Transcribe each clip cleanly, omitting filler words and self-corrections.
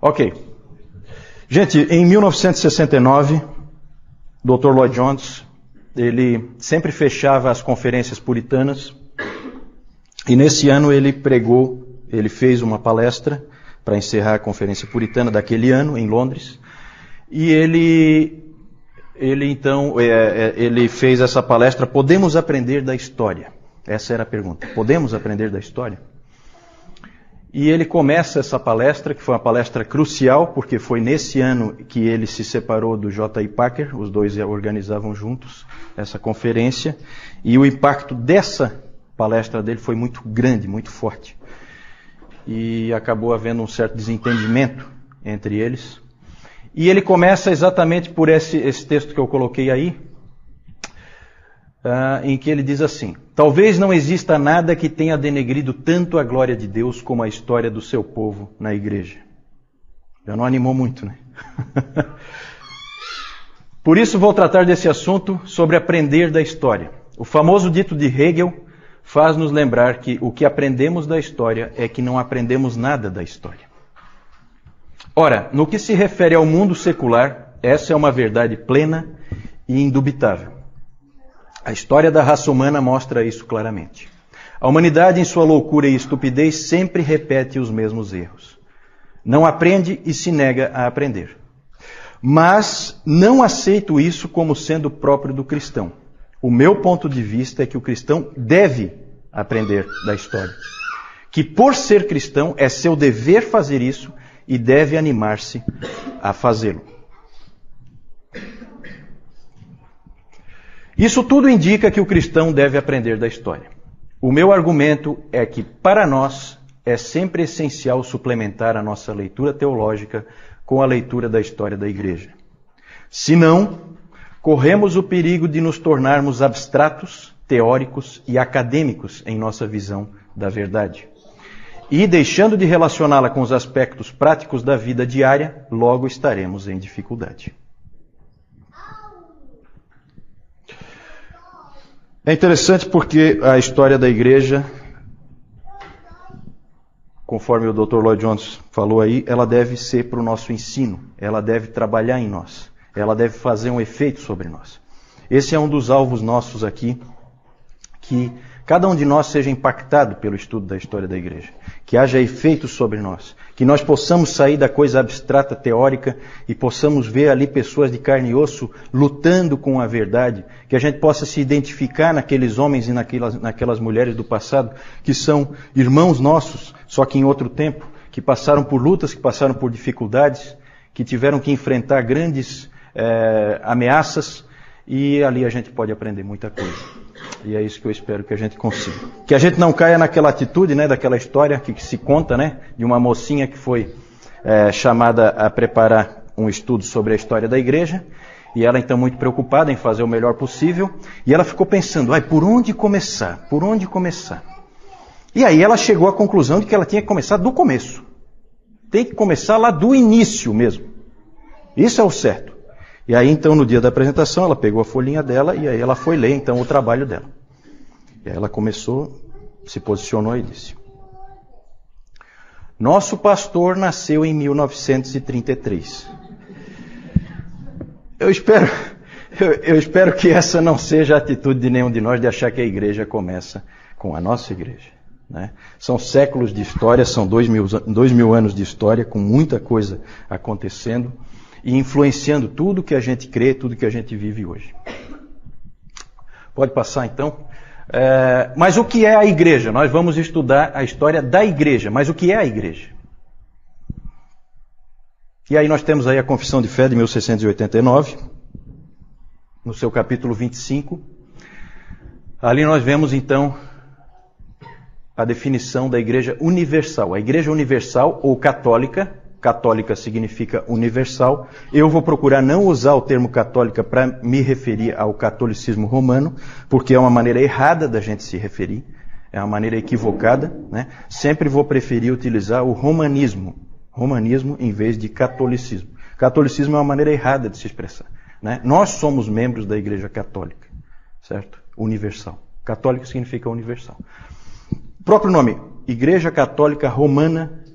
Ok. Gente, em 1969, Dr. Lloyd Jones, ele sempre fechava as conferências puritanas, e nesse ano ele fez uma palestra para encerrar a conferência puritana daquele ano, em Londres, e ele fez essa palestra, podemos aprender da história? Essa era a pergunta, podemos aprender da história? E ele começa essa palestra, que foi uma palestra crucial, porque foi nesse ano que ele se separou do J.I. Packer, os dois organizavam juntos essa conferência, e o impacto dessa palestra dele foi muito grande, muito forte. E acabou havendo um certo desentendimento entre eles. E ele começa exatamente por esse texto que eu coloquei aí, em que ele diz assim: talvez não exista nada que tenha denegrido tanto a glória de Deus como a história do seu povo na igreja. Já não animou muito, né? Por isso vou tratar desse assunto sobre aprender da história. O famoso dito de Hegel faz-nos lembrar que o que aprendemos da história é que não aprendemos nada da história. Ora, no que se refere ao mundo secular, essa é uma verdade plena e indubitável. A história da raça humana mostra isso claramente. A humanidade, em sua loucura e estupidez, sempre repete os mesmos erros. Não aprende e se nega a aprender. Mas não aceito isso como sendo próprio do cristão. O meu ponto de vista é que o cristão deve aprender da história. Que por ser cristão é seu dever fazer isso e deve animar-se a fazê-lo. Isso tudo indica que o cristão deve aprender da história. O meu argumento é que, para nós, é sempre essencial suplementar a nossa leitura teológica com a leitura da história da igreja. Senão, corremos o perigo de nos tornarmos abstratos, teóricos e acadêmicos em nossa visão da verdade. E, deixando de relacioná-la com os aspectos práticos da vida diária, logo estaremos em dificuldade. É interessante porque a história da igreja, conforme o Dr. Lloyd Jones falou aí, ela deve ser para o nosso ensino, ela deve trabalhar em nós, ela deve fazer um efeito sobre nós. Esse é um dos alvos nossos aqui, que cada um de nós seja impactado pelo estudo da história da igreja, que haja efeitos sobre nós, que nós possamos sair da coisa abstrata teórica e possamos ver ali pessoas de carne e osso lutando com a verdade, que a gente possa se identificar naqueles homens e naquelas mulheres do passado que são irmãos nossos, só que em outro tempo, que passaram por lutas, que passaram por dificuldades, que tiveram que enfrentar grandes ameaças, e ali a gente pode aprender muita coisa. E é isso que eu espero que a gente consiga. Que a gente não caia naquela atitude, né, daquela história que se conta, né, de uma mocinha que foi chamada a preparar um estudo sobre a história da igreja, e ela então muito preocupada em fazer o melhor possível, e ela ficou pensando, por onde começar? Por onde começar? E aí ela chegou à conclusão de que ela tinha que começar do começo. Tem que começar lá do início mesmo. Isso é o certo. E aí, então, no dia da apresentação, ela pegou a folhinha dela e aí ela foi ler, então, o trabalho dela. E aí ela começou, se posicionou e disse: nosso pastor nasceu em 1933. Eu espero que essa não seja a atitude de nenhum de nós de achar que a igreja começa com a nossa igreja, né? São séculos de história, são 2000 anos de história, com muita coisa acontecendo e influenciando tudo que a gente crê, tudo que a gente vive hoje. Pode passar então. Mas o que é a igreja? Nós vamos estudar a história da igreja, mas o que é a igreja? E aí nós temos aí a Confissão de Fé de 1689, no seu capítulo 25. Ali nós vemos então a definição da igreja universal. A igreja universal ou católica, católica significa universal. Eu vou procurar não usar o termo católica para me referir ao catolicismo romano, porque é uma maneira errada da gente se referir, é uma maneira equivocada, né? Sempre vou preferir utilizar o romanismo em vez de catolicismo. Catolicismo é uma maneira errada de se expressar, né? Nós somos membros da igreja católica, certo? Universal. Católico significa universal. O próprio nome, Igreja Católica Romana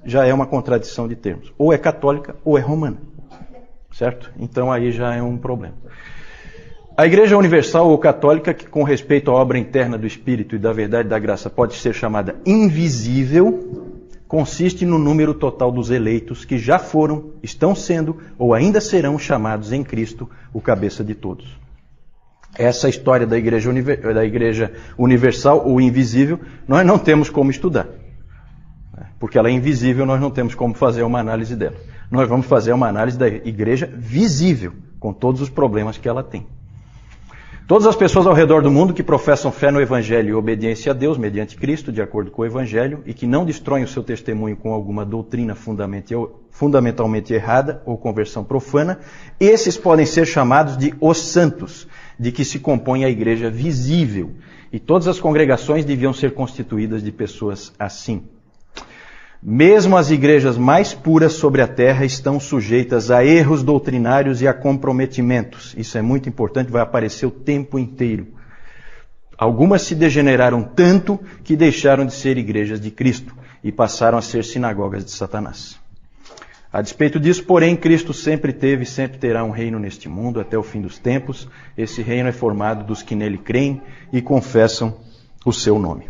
já é uma contradição de termos. Ou é católica ou é romana. Certo? Então aí já é um problema. A Igreja Universal ou Católica, que com respeito à obra interna do Espírito e da verdade e da graça pode ser chamada invisível, consiste no número total dos eleitos que já foram, estão sendo ou ainda serão chamados em Cristo o cabeça de todos. Essa história da Igreja Universal ou invisível, nós não temos como estudar. Porque ela é invisível, nós não temos como fazer uma análise dela. Nós vamos fazer uma análise da Igreja visível, com todos os problemas que ela tem. Todas as pessoas ao redor do mundo que professam fé no Evangelho e obediência a Deus mediante Cristo, de acordo com o Evangelho, e que não destroem o seu testemunho com alguma doutrina fundamentalmente errada ou conversão profana, esses podem ser chamados de os santos, de que se compõe a igreja visível. E todas as congregações deviam ser constituídas de pessoas assim. Mesmo as igrejas mais puras sobre a terra estão sujeitas a erros doutrinários e a comprometimentos. Isso é muito importante, vai aparecer o tempo inteiro. Algumas se degeneraram tanto que deixaram de ser igrejas de Cristo e passaram a ser sinagogas de Satanás. A despeito disso, porém, Cristo sempre teve e sempre terá um reino neste mundo até o fim dos tempos. Esse reino é formado dos que nele creem e confessam o seu nome.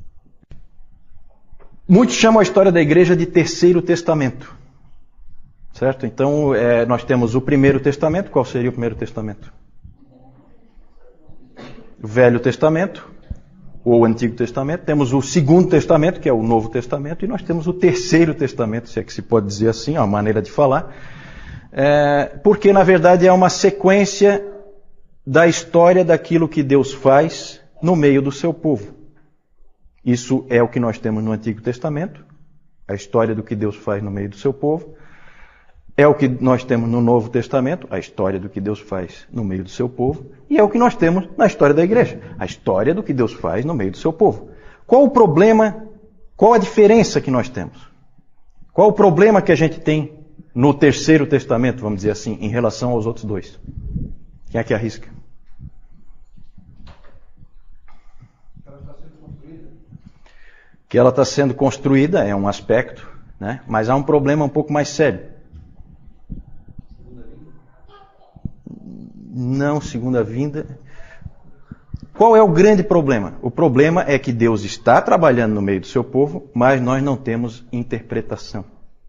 Muitos chamam a história da igreja de Terceiro Testamento. Certo? Então, nós temos o Primeiro Testamento. Qual seria o Primeiro Testamento? O Velho Testamento, ou o Antigo Testamento. Temos o Segundo Testamento, que é o Novo Testamento. E nós temos o Terceiro Testamento, se é que se pode dizer assim, é uma maneira de falar. Porque, na verdade, é uma sequência da história daquilo que Deus faz no meio do seu povo. Isso é o que nós temos no Antigo Testamento, a história do que Deus faz no meio do seu povo. É o que nós temos no Novo Testamento, a história do que Deus faz no meio do seu povo. E é o que nós temos na história da igreja, a história do que Deus faz no meio do seu povo. Qual o problema, qual a diferença que nós temos? Qual o problema que a gente tem no Terceiro Testamento, vamos dizer assim, em relação aos outros dois? Quem é que arrisca? Que ela está sendo construída é um aspecto, né? Mas há um problema um pouco mais sério. Não, segunda vinda. Qual é o grande problema? O problema é que Deus está trabalhando no meio do seu povo, mas nós não temos interpretação.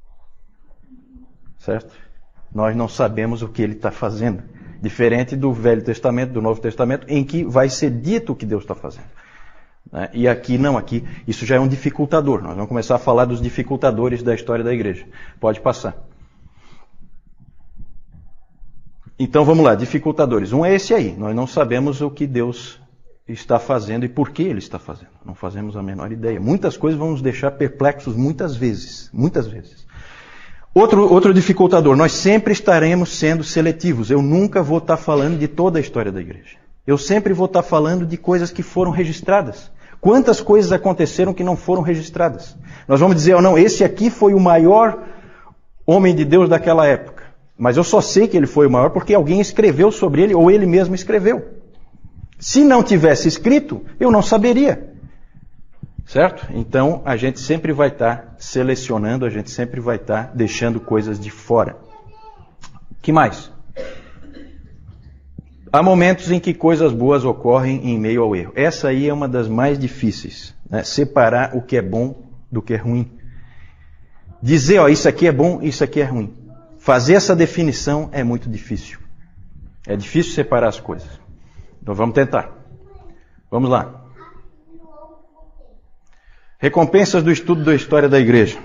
Certo? Nós não sabemos o que Ele está fazendo. Diferente do Velho Testamento, do Novo Testamento, em que vai ser dito o que Deus está fazendo. E aqui não, aqui isso já é um dificultador. Nós vamos começar a falar dos dificultadores da história da igreja. Pode passar. Então vamos lá, dificultadores. Um é esse aí. Nós não sabemos o que Deus está fazendo e por que Ele está fazendo. Não fazemos a menor ideia. Muitas coisas vão nos deixar perplexos muitas vezes. Muitas vezes. Outro dificultador. Nós sempre estaremos sendo seletivos. Eu nunca vou estar falando de toda a história da igreja. Eu sempre vou estar falando de coisas que foram registradas. Quantas coisas aconteceram que não foram registradas? Nós vamos dizer, não, esse aqui foi o maior homem de Deus daquela época. Mas eu só sei que ele foi o maior porque alguém escreveu sobre ele ou ele mesmo escreveu. Se não tivesse escrito, eu não saberia. Certo? Então, a gente sempre vai estar selecionando, a gente sempre vai estar deixando coisas de fora. O que mais? Há momentos em que coisas boas ocorrem em meio ao erro. Essa aí é uma das mais difíceis. Né? Separar o que é bom do que é ruim. Dizer, ó, isso aqui é bom, isso aqui é ruim. Fazer essa definição é muito difícil. É difícil separar as coisas. Então vamos tentar. Vamos lá. Recompensas do estudo da história da igreja.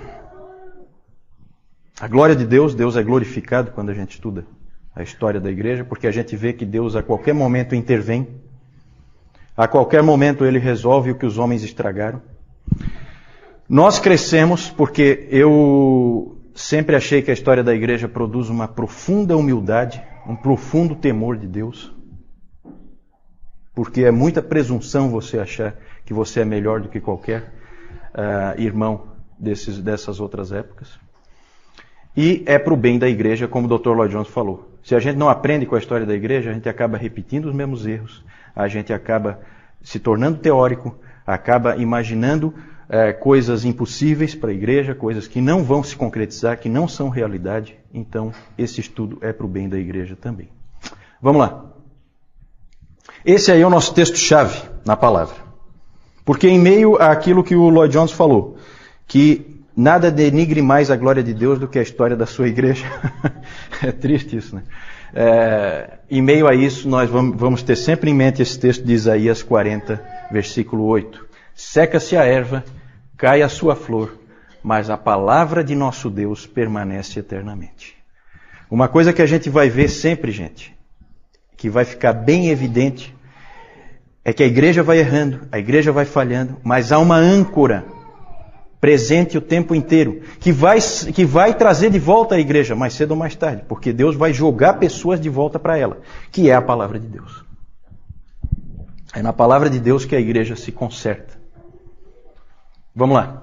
A glória de Deus, Deus é glorificado quando a gente estuda a história da igreja, porque a gente vê que Deus a qualquer momento intervém, a qualquer momento Ele resolve o que os homens estragaram. Nós crescemos porque eu sempre achei que a história da igreja produz uma profunda humildade, um profundo temor de Deus, porque é muita presunção você achar que você é melhor do que qualquer irmão dessas outras épocas. E é para o bem da igreja, como o Dr. Lloyd Jones falou. Se a gente não aprende com a história da igreja, a gente acaba repetindo os mesmos erros, a gente acaba se tornando teórico, acaba imaginando coisas impossíveis para a igreja, coisas que não vão se concretizar, que não são realidade. Então, esse estudo é para o bem da igreja também. Vamos lá. Esse aí é o nosso texto-chave na palavra. Porque em meio àquilo que o Lloyd Jones falou, que nada denigre mais a glória de Deus do que a história da sua igreja. É triste isso, né? Em meio a isso, nós vamos ter sempre em mente esse texto de Isaías 40, versículo 8. Seca-se a erva, cai a sua flor, mas a palavra de nosso Deus permanece eternamente. Uma coisa que a gente vai ver sempre, gente, que vai ficar bem evidente, é que a igreja vai errando, a igreja vai falhando, mas há uma âncora presente o tempo inteiro, que vai trazer de volta a igreja, mais cedo ou mais tarde, porque Deus vai jogar pessoas de volta para ela, que é a palavra de Deus. É na palavra de Deus que a igreja se conserta. Vamos lá.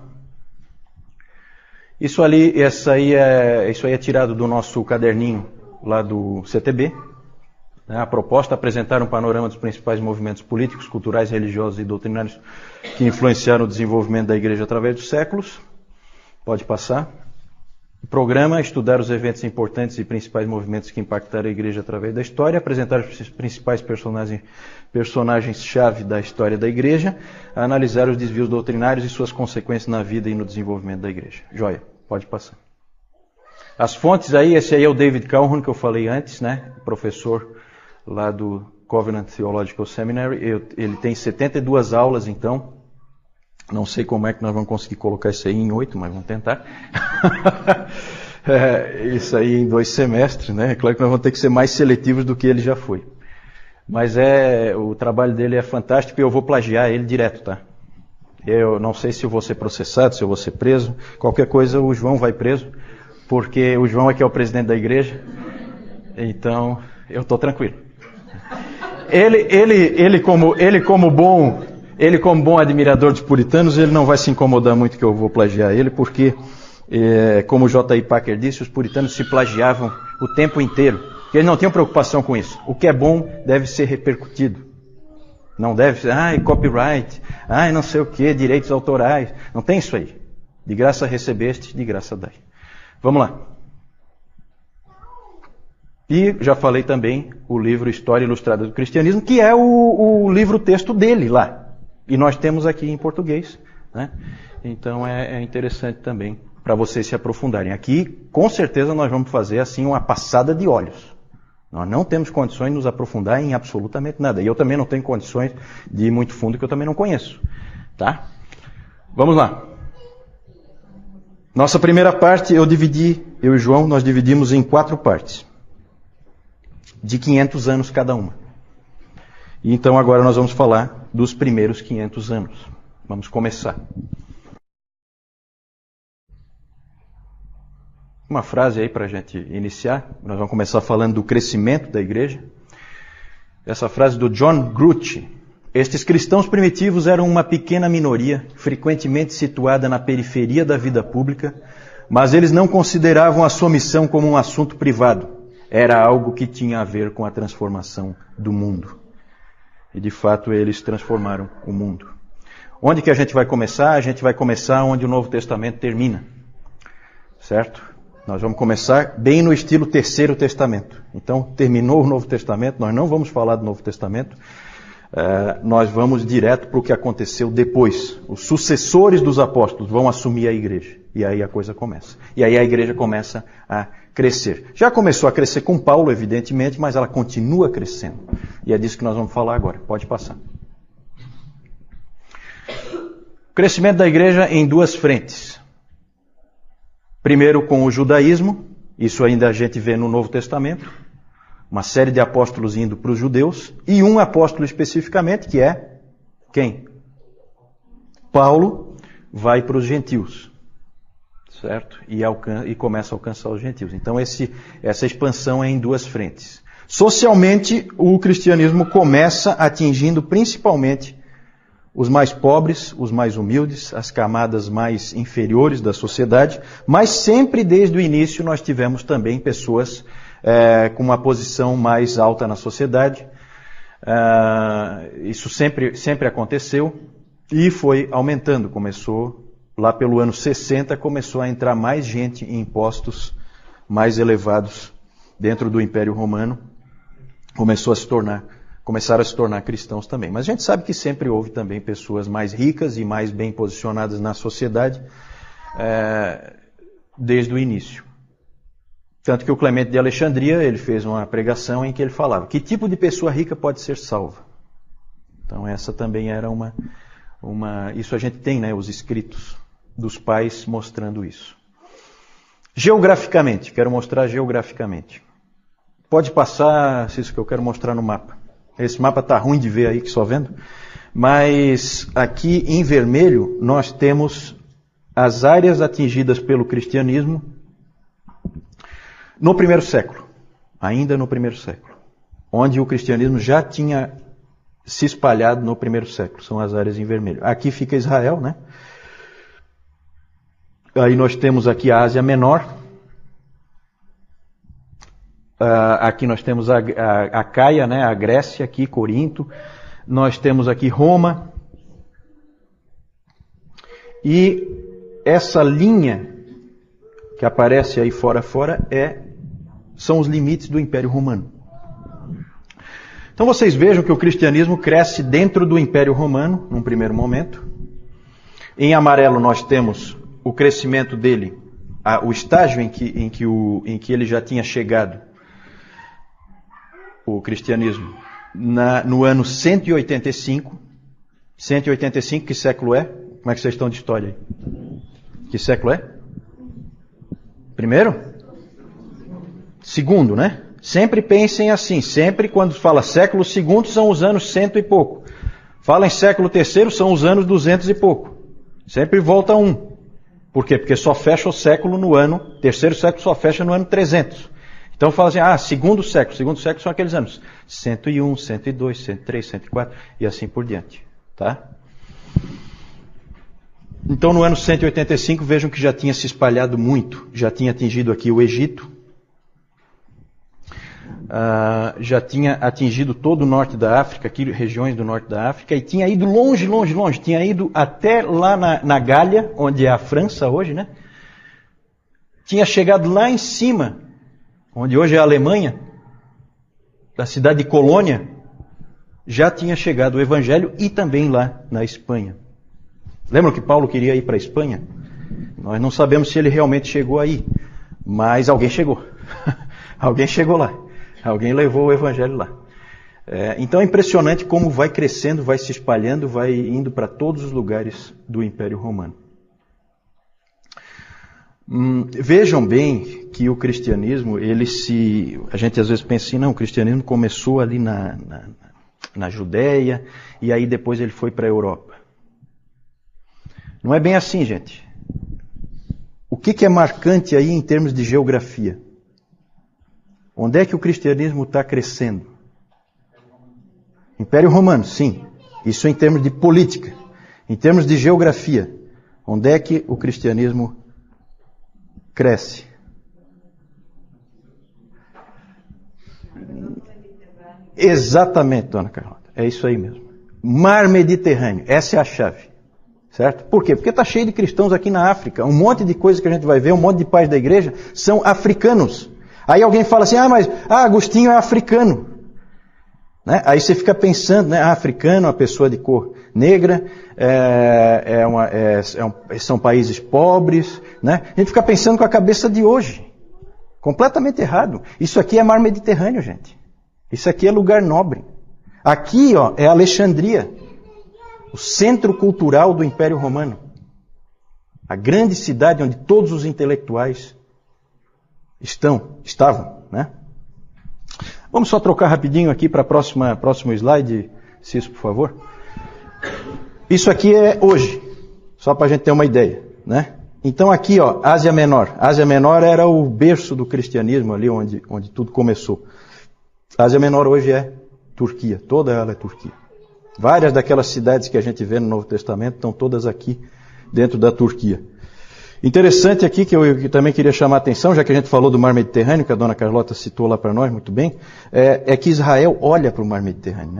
Isso aí é tirado do nosso caderninho lá do CTB. A proposta é apresentar um panorama dos principais movimentos políticos, culturais, religiosos e doutrinários que influenciaram o desenvolvimento da igreja através dos séculos. Pode passar. O programa é estudar os eventos importantes e principais movimentos que impactaram a igreja através da história, apresentar os principais personagens-chave da história da igreja, analisar os desvios doutrinários e suas consequências na vida e no desenvolvimento da igreja. Joia, pode passar. As fontes aí, esse aí é o David Calhoun, que eu falei antes, né? Professor lá do Covenant Theological Seminary. Ele tem 72 aulas, então. Não sei como é que nós vamos conseguir colocar isso aí em 8, mas vamos tentar. Isso aí em 2 semestres, né? É claro que nós vamos ter que ser mais seletivos do que ele já foi. Mas o trabalho dele é fantástico e eu vou plagiar ele direto, tá? Eu não sei se eu vou ser processado, se eu vou ser preso. Qualquer coisa, o João vai preso, porque o João é que é o presidente da igreja. Então, eu estou tranquilo. Ele como bom admirador dos puritanos, ele não vai se incomodar muito que eu vou plagiar ele, porque, como o J.I. Packer disse, os puritanos se plagiavam o tempo inteiro. Eles não tinham preocupação com isso. O que é bom deve ser repercutido. Não deve ser, copyright, não sei o que, direitos autorais. Não tem isso aí. De graça recebeste, de graça dai. Vamos lá. E já falei também o livro História Ilustrada do Cristianismo, que é o livro-texto dele lá. E nós temos aqui em português, né? Então é interessante também para vocês se aprofundarem. Aqui, com certeza, nós vamos fazer assim uma passada de olhos. Nós não temos condições de nos aprofundar em absolutamente nada. E eu também não tenho condições de ir muito fundo, que eu também não conheço. Tá? Vamos lá. Nossa primeira parte, eu e o João, nós dividimos em 4 partes. De 500 anos cada uma. E então agora nós vamos falar dos primeiros 500 anos. Vamos começar. Uma frase aí para a gente iniciar. Nós vamos começar falando do crescimento da igreja. Essa frase do John Grucci. Estes cristãos primitivos eram uma pequena minoria, frequentemente situada na periferia da vida pública, mas eles não consideravam a sua missão como um assunto privado. Era algo que tinha a ver com a transformação do mundo. E de fato eles transformaram o mundo. Onde que a gente vai começar? A gente vai começar onde o Novo Testamento termina. Certo? Nós vamos começar bem no estilo Terceiro Testamento. Então, terminou o Novo Testamento, nós não vamos falar do Novo Testamento, nós vamos direto para o que aconteceu depois. Os sucessores dos apóstolos vão assumir a igreja. E aí a coisa começa. E aí a igreja começa a crescer. Já começou a crescer com Paulo, evidentemente, mas ela continua crescendo. E é disso que nós vamos falar agora. Pode passar. O crescimento da igreja em 2 frentes. Primeiro com o judaísmo, isso ainda a gente vê no Novo Testamento, uma série de apóstolos indo para os judeus, e um apóstolo especificamente, que é quem? Paulo vai para os gentios, certo? E começa a alcançar os gentios. Então essa expansão é em 2 frentes. Socialmente, o cristianismo começa atingindo principalmente os mais pobres, os mais humildes, as camadas mais inferiores da sociedade, mas sempre desde o início nós tivemos também pessoas com uma posição mais alta na sociedade. Isso sempre aconteceu. E foi aumentando, começou lá pelo ano 60, começou a entrar mais gente em postos mais elevados dentro do Império Romano, começaram a se tornar cristãos também. Mas a gente sabe que sempre houve também pessoas mais ricas e mais bem posicionadas na sociedade, desde o início. Tanto que o Clemente de Alexandria, ele fez uma pregação em que ele falava: que tipo de pessoa rica pode ser salva? Então essa também era isso a gente tem, né, os escritos dos pais mostrando isso. Geograficamente, quero mostrar geograficamente. Pode passar, isso que eu quero mostrar no mapa. Esse mapa está ruim de ver aí, que só vendo. Mas aqui em vermelho nós temos as áreas atingidas pelo cristianismo no primeiro século. Ainda no primeiro século. Onde o cristianismo já tinha se espalhado no primeiro século. São as áreas em vermelho. Aqui fica Israel, né? Aí nós temos aqui a Ásia Menor. Aqui nós temos a Caia, né? A Grécia, aqui Corinto. Nós temos aqui Roma. E essa linha que aparece aí fora são os limites do Império Romano. Então vocês vejam que o cristianismo cresce dentro do Império Romano, num primeiro momento. Em amarelo nós temos o crescimento dele, o estágio em que ele já tinha chegado, o cristianismo, no ano 185. 185, que século é? Como é que vocês estão de história aí? Que século é? Primeiro? Segundo, né? Sempre pensem assim, sempre quando fala século segundo são os anos 100 e pouco. Fala em século terceiro são os anos 200 e pouco. Sempre volta um. Por quê? Porque só fecha o século no ano, terceiro século só fecha no ano 300. Então fala assim, segundo século são aqueles anos 101, 102, 103, 104 e assim por diante. Tá? Então no ano 185 vejam que já tinha se espalhado muito, já tinha atingido aqui o Egito, já tinha atingido todo o norte da África, aqui regiões do norte da África, e tinha ido longe, tinha ido até lá na Gália, onde é a França hoje, né? Tinha chegado lá em cima, onde hoje é a Alemanha, da cidade de Colônia, já tinha chegado o Evangelho, e também lá na Espanha. Lembram que Paulo queria ir para a Espanha? Nós não sabemos se ele realmente chegou aí, mas alguém chegou. Alguém chegou lá. Alguém levou o Evangelho lá. Então é impressionante como vai crescendo, vai se espalhando, vai indo para todos os lugares do Império Romano. Vejam bem que o cristianismo, a gente às vezes pensa assim, não, o cristianismo começou ali na Judéia e aí depois ele foi para a Europa. Não é bem assim, gente. O que é marcante aí em termos de geografia? Onde é que o cristianismo está crescendo? Império Romano, sim. Isso em termos de política. Em termos de geografia, onde é que o cristianismo cresce? Exatamente, dona Carlota. É isso aí mesmo. Mar Mediterrâneo. Essa é a chave. Certo? Por quê? Porque está cheio de cristãos aqui na África. Um monte de coisas que a gente vai ver, um monte de pais da igreja são africanos. Aí alguém fala assim, mas Agostinho é africano. Né? Aí você fica pensando, né? Africano, uma pessoa de cor negra, são países pobres. Né? A gente fica pensando com a cabeça de hoje. Completamente errado. Isso aqui é mar Mediterrâneo, gente. Isso aqui é lugar nobre. Aqui é Alexandria. O centro cultural do Império Romano. A grande cidade onde todos os intelectuais estavam, né? Vamos só trocar rapidinho aqui para o próximo slide, Cis, por favor. Isso aqui é hoje, só para a gente ter uma ideia, né? Então aqui, Ásia Menor. Ásia Menor era o berço do cristianismo ali onde tudo começou. Ásia Menor hoje é Turquia, toda ela é Turquia. Várias daquelas cidades que a gente vê no Novo Testamento estão todas aqui dentro da Turquia. Interessante aqui, que eu também queria chamar a atenção, já que a gente falou do Mar Mediterrâneo, que a dona Carlota citou lá para nós muito bem, é que Israel olha para o Mar Mediterrâneo, né?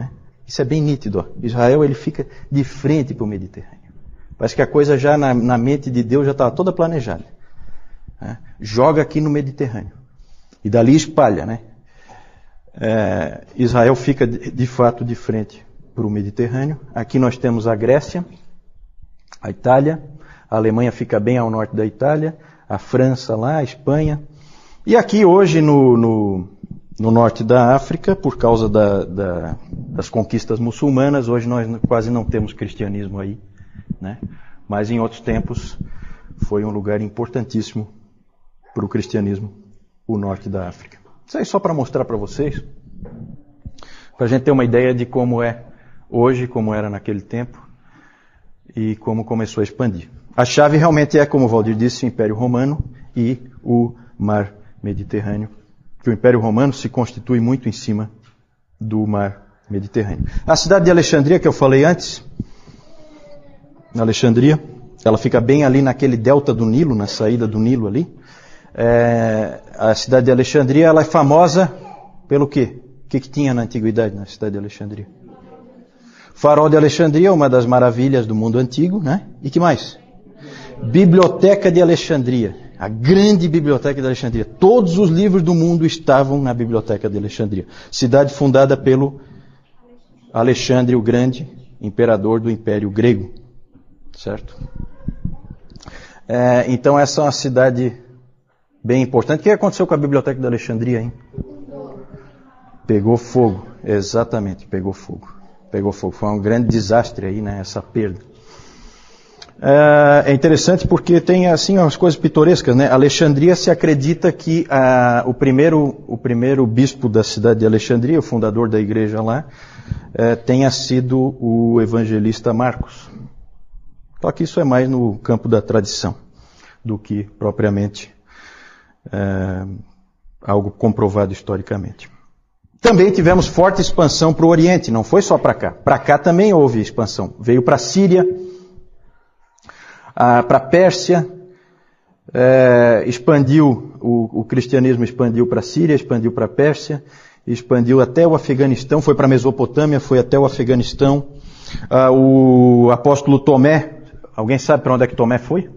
Isso é bem nítido. Ó. Israel ele fica de frente para o Mediterrâneo. Parece que a coisa já na mente de Deus já estava toda planejada. Né? Joga aqui no Mediterrâneo. E dali espalha. Né? Israel fica de fato de frente para o Mediterrâneo. Aqui nós temos a Grécia, a Itália. A Alemanha fica bem ao norte da Itália. A França lá, a Espanha. E aqui hoje no norte da África, por causa das conquistas muçulmanas, hoje nós quase não temos cristianismo aí, né? Mas em outros tempos foi um lugar importantíssimo para o cristianismo, o norte da África. Isso aí só para mostrar para vocês, para a gente ter uma ideia de como é hoje, como era naquele tempo e como começou a expandir. A chave realmente é, como o Valdir disse, o Império Romano e o Mar Mediterrâneo, que o Império Romano se constitui muito em cima do Mar Mediterrâneo. A cidade de Alexandria, que eu falei antes, Alexandria, ela fica bem ali naquele delta do Nilo, na saída do Nilo ali. A cidade de Alexandria, ela é famosa pelo quê? O que tinha na antiguidade na cidade de Alexandria? Farol de Alexandria, uma das maravilhas do mundo antigo, né? E que mais? Biblioteca de Alexandria, a grande biblioteca de Alexandria. Todos os livros do mundo estavam na biblioteca de Alexandria. Cidade fundada pelo Alexandre o Grande, imperador do Império Grego. Certo? Então essa é uma cidade bem importante. O que aconteceu com a biblioteca de Alexandria, hein? Pegou fogo, exatamente, pegou fogo. Pegou fogo. Foi um grande desastre aí, né? Essa perda. É interessante porque tem assim umas coisas pitorescas, né? Alexandria se acredita que o primeiro bispo da cidade de Alexandria, o fundador da igreja lá, tenha sido o evangelista Marcos. Só que isso é mais no campo da tradição do que propriamente algo comprovado historicamente. Também tivemos forte expansão para o Oriente, não foi só para cá. Para cá também houve expansão. Veio para a Síria, para a Pérsia, expandiu, o cristianismo expandiu para a Síria, expandiu para a Pérsia, expandiu até o Afeganistão, foi para a Mesopotâmia, foi até o Afeganistão. O apóstolo Tomé, alguém sabe para onde é que Tomé foi?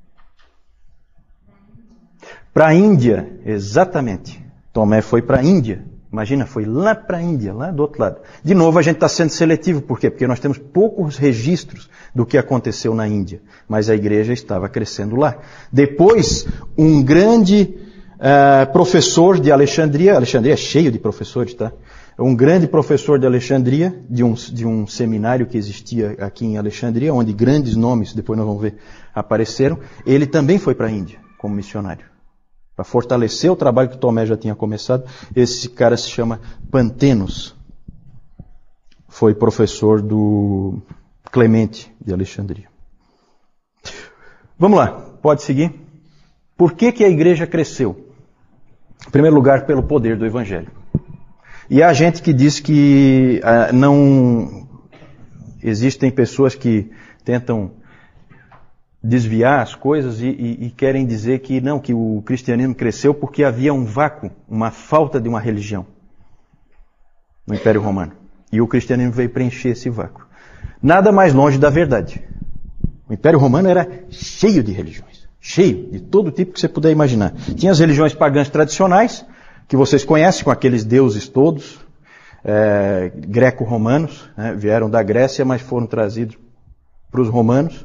Para a Índia, exatamente. Tomé foi para a Índia. Imagina, foi lá para a Índia, lá do outro lado. De novo, a gente está sendo seletivo. Por quê? Porque nós temos poucos registros do que aconteceu na Índia. Mas a igreja estava crescendo lá. Depois, um grande professor de Alexandria é cheio de professores, tá? Um grande professor de Alexandria, de um seminário que existia aqui em Alexandria, onde grandes nomes, depois nós vamos ver, apareceram. Ele também foi para a Índia como missionário. Para fortalecer o trabalho que Tomé já tinha começado. Esse cara se chama Pantenos. Foi professor do Clemente de Alexandria. Vamos lá, pode seguir. Por que a igreja cresceu? Em primeiro lugar, pelo poder do Evangelho. E há gente que diz que não existem pessoas que tentam desviar as coisas e querem dizer que não, que o cristianismo cresceu porque havia um vácuo, uma falta de uma religião no Império Romano. E o cristianismo veio preencher esse vácuo. Nada mais longe da verdade. O Império Romano era cheio de religiões, cheio de todo tipo que você puder imaginar. Tinha as religiões pagãs tradicionais, que vocês conhecem, com aqueles deuses todos, greco-romanos, né, vieram da Grécia, mas foram trazidos para os romanos.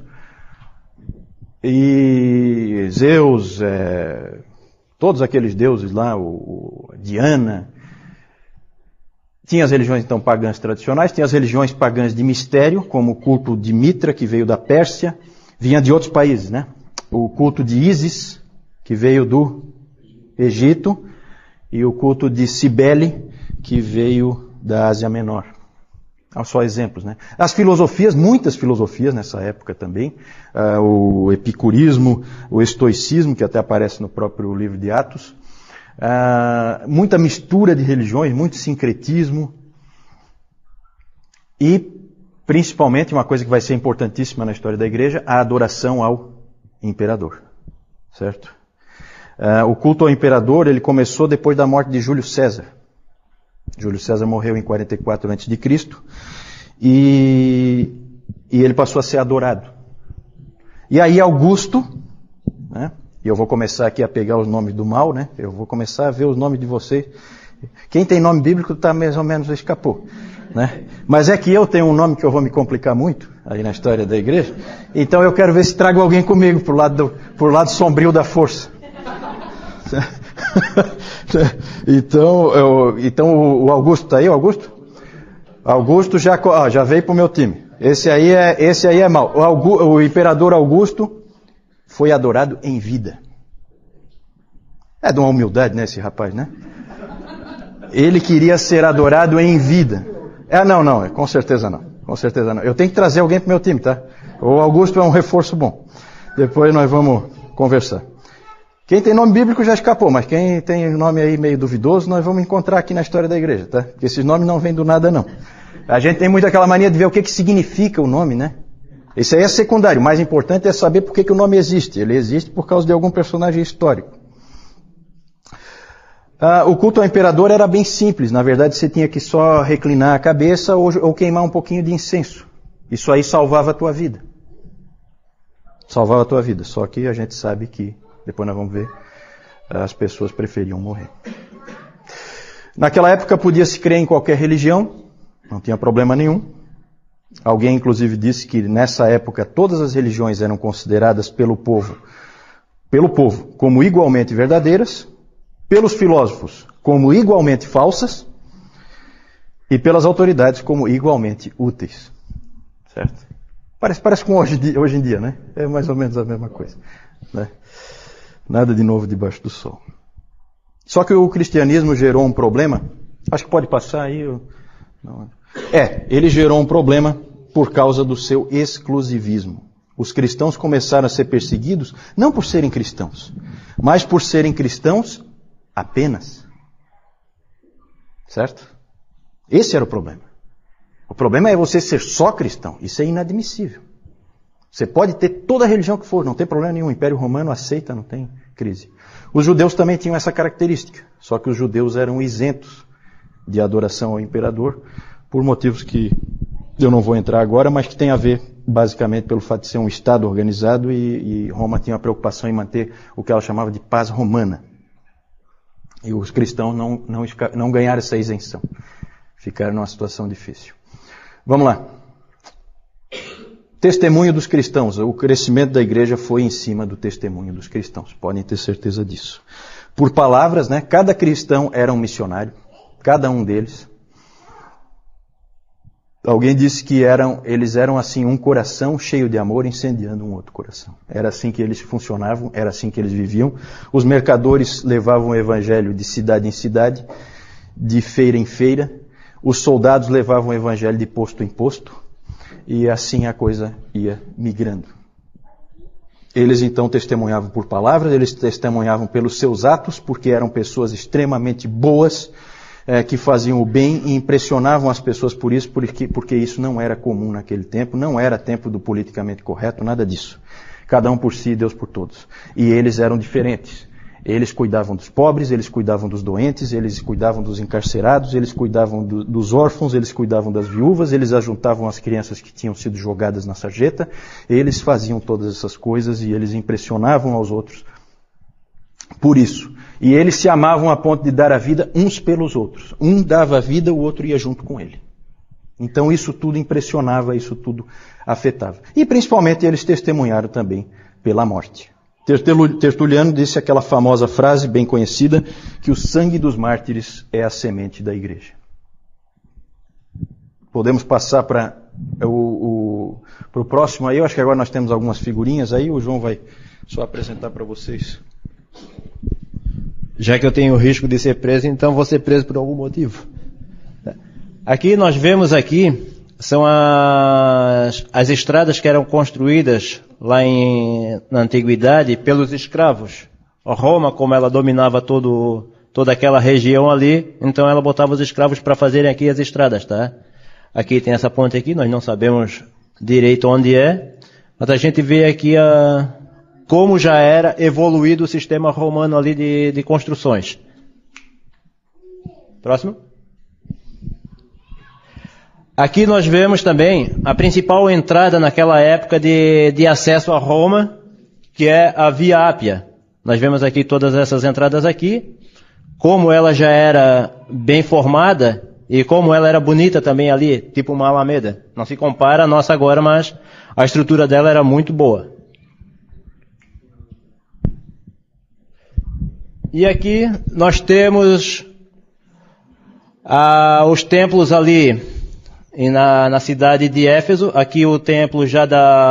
E Zeus, todos aqueles deuses lá, Diana. Tinha as religiões então pagãs tradicionais, tinha as religiões pagãs de mistério, como o culto de Mitra, que veio da Pérsia, vinha de outros países, né? O culto de Ísis, que veio do Egito, e o culto de Cibele, que veio da Ásia Menor. Só exemplos, né? As filosofias, muitas filosofias nessa época também, o epicurismo, o estoicismo, que até aparece no próprio livro de Atos, muita mistura de religiões, muito sincretismo, e principalmente uma coisa que vai ser importantíssima na história da igreja, a adoração ao imperador, certo? O culto ao imperador, ele começou depois da morte de Júlio César. Júlio César morreu em 44 a.C. e ele passou a ser adorado. E aí Augusto, né? E eu vou começar aqui a pegar os nomes do mal, né? Eu vou começar a ver os nomes de vocês. Quem tem nome bíblico está mais ou menos escapou, né? Mas é que eu tenho um nome que eu vou me complicar muito aí na história da igreja. Então eu quero ver se trago alguém comigo pro lado sombrio da força. Então o Augusto está aí, o Augusto? Augusto já veio pro meu time. Esse aí é mau. O imperador Augusto foi adorado em vida. É de uma humildade, né, esse rapaz, né? Ele queria ser adorado em vida. Não, com certeza não. Com certeza não. Eu tenho que trazer alguém pro meu time, tá? O Augusto é um reforço bom. Depois nós vamos conversar. Quem tem nome bíblico já escapou, mas quem tem nome aí meio duvidoso, nós vamos encontrar aqui na história da igreja, tá? Porque esses nomes não vêm do nada, não. A gente tem muito aquela mania de ver o que significa o nome, né? Isso aí é secundário. O mais importante é saber por que o nome existe. Ele existe por causa de algum personagem histórico. O culto ao imperador era bem simples. Na verdade, você tinha que só reclinar a cabeça ou queimar um pouquinho de incenso. Isso aí salvava a tua vida. Salvava a tua vida. Só que a gente sabe que, depois nós vamos ver, as pessoas preferiam morrer. Naquela época podia-se crer em qualquer religião. Não tinha problema nenhum. Alguém, inclusive, disse que nessa época todas as religiões eram consideradas pelo povo como igualmente verdadeiras, pelos filósofos como igualmente falsas e pelas autoridades como igualmente úteis. Certo? Parece com hoje em dia, né? É mais ou menos a mesma coisa. Né? Nada de novo debaixo do sol. Só que o cristianismo gerou um problema. Acho que pode passar aí. Não. Ele gerou um problema por causa do seu exclusivismo. Os cristãos começaram a ser perseguidos não por serem cristãos, mas por serem cristãos apenas. Certo? Esse era o problema. O problema é você ser só cristão. Isso é inadmissível. Você pode ter toda a religião que for, não tem problema nenhum. O Império Romano aceita, não tem crise. Os judeus também tinham essa característica, só que os judeus eram isentos de adoração ao imperador, por motivos que eu não vou entrar agora, mas que tem a ver basicamente pelo fato de ser um Estado organizado e Roma tinha a preocupação em manter o que ela chamava de paz romana. E os cristãos não ganharam essa isenção. Ficaram numa situação difícil. Vamos lá. Testemunho dos cristãos. O crescimento da igreja foi em cima do testemunho dos cristãos. Podem ter certeza disso. Por palavras, né? Cada cristão era um missionário. Cada um deles. Alguém disse que eles eram assim um coração cheio de amor incendiando um outro coração. Era assim que eles funcionavam, era assim que eles viviam. Os mercadores levavam o evangelho de cidade em cidade, de feira em feira. Os soldados levavam o evangelho de posto em posto. E assim a coisa ia migrando. Eles então testemunhavam por palavras, eles testemunhavam pelos seus atos, porque eram pessoas extremamente boas, que faziam o bem e impressionavam as pessoas por isso, porque isso não era comum naquele tempo, não era tempo do politicamente correto, nada disso. Cada um por si, Deus por todos. E eles eram diferentes. Eles cuidavam dos pobres, eles cuidavam dos doentes, eles cuidavam dos encarcerados, eles cuidavam dos órfãos, eles cuidavam das viúvas, eles ajuntavam as crianças que tinham sido jogadas na sarjeta, eles faziam todas essas coisas e eles impressionavam aos outros por isso. E eles se amavam a ponto de dar a vida uns pelos outros. Um dava a vida, o outro ia junto com ele. Então isso tudo impressionava, isso tudo afetava. E principalmente eles testemunharam também pela morte. Tertuliano disse aquela famosa frase bem conhecida, que o sangue dos mártires é a semente da igreja. Podemos passar para o próximo aí. Eu acho que agora nós temos algumas figurinhas aí. O João vai só apresentar para vocês. Já que eu tenho o risco de ser preso, então vou ser preso por algum motivo. Aqui nós vemos são as estradas que eram construídas lá na antiguidade pelos escravos. A Roma, como ela dominava toda aquela região ali, então ela botava os escravos para fazerem aqui as estradas, tá? Aqui tem essa ponte aqui, nós não sabemos direito onde é, mas a gente vê aqui como já era evoluído o sistema romano ali de construções. Próximo. Aqui nós vemos também a principal entrada naquela época de acesso a Roma, que é a Via Ápia. Nós vemos aqui todas essas entradas aqui, como ela já era bem formada e como ela era bonita também ali, tipo uma alameda. Não se compara a nossa agora, mas a estrutura dela era muito boa. E aqui nós temos os templos ali na cidade de Éfeso. Aqui o templo já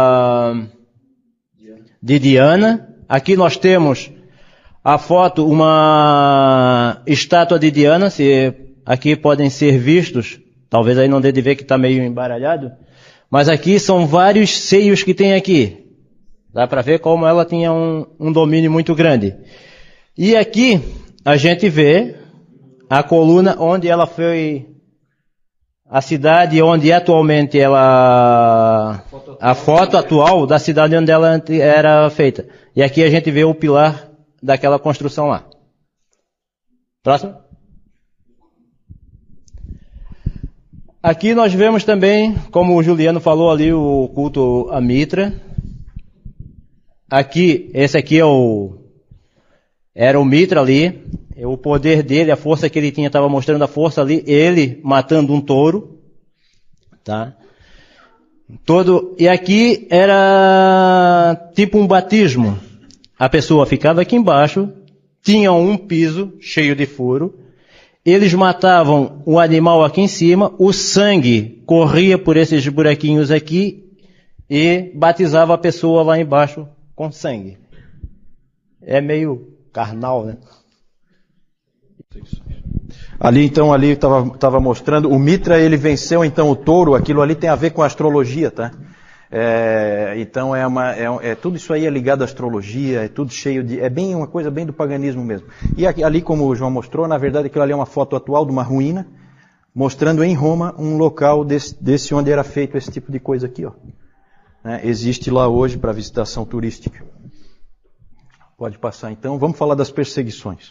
de Diana. Aqui nós temos a foto, uma estátua de Diana. Aqui podem ser vistos, talvez aí não dê de ver que está meio embaralhado, mas aqui são vários seios que tem aqui. Dá para ver como ela tinha um domínio muito grande. E aqui a gente vê a coluna onde ela foi, a cidade onde atualmente ela, a foto atual da cidade onde ela era feita. E aqui a gente vê o pilar daquela construção lá. Próximo. Aqui nós vemos também, como o Juliano falou ali, o culto a Mitra. Aqui, esse aqui era o Mitra ali, o poder dele, a força que ele tinha, estava mostrando a força ali, ele matando um touro, tá? E aqui era tipo um batismo. A pessoa ficava aqui embaixo, tinha um piso cheio de furo, eles matavam o animal aqui em cima, o sangue corria por esses buraquinhos aqui e batizava a pessoa lá embaixo com sangue. É meio carnal, né? Ali estava mostrando, o Mitra ele venceu então o touro, aquilo ali tem a ver com a astrologia, tá? Então tudo isso aí é ligado à astrologia, é tudo cheio de, é bem uma coisa bem do paganismo mesmo. E ali, como o João mostrou, na verdade aquilo ali é uma foto atual de uma ruína, mostrando em Roma um local desse onde era feito esse tipo de coisa aqui, ó. Existe lá hoje para visitação turística. Pode passar então, vamos falar das perseguições.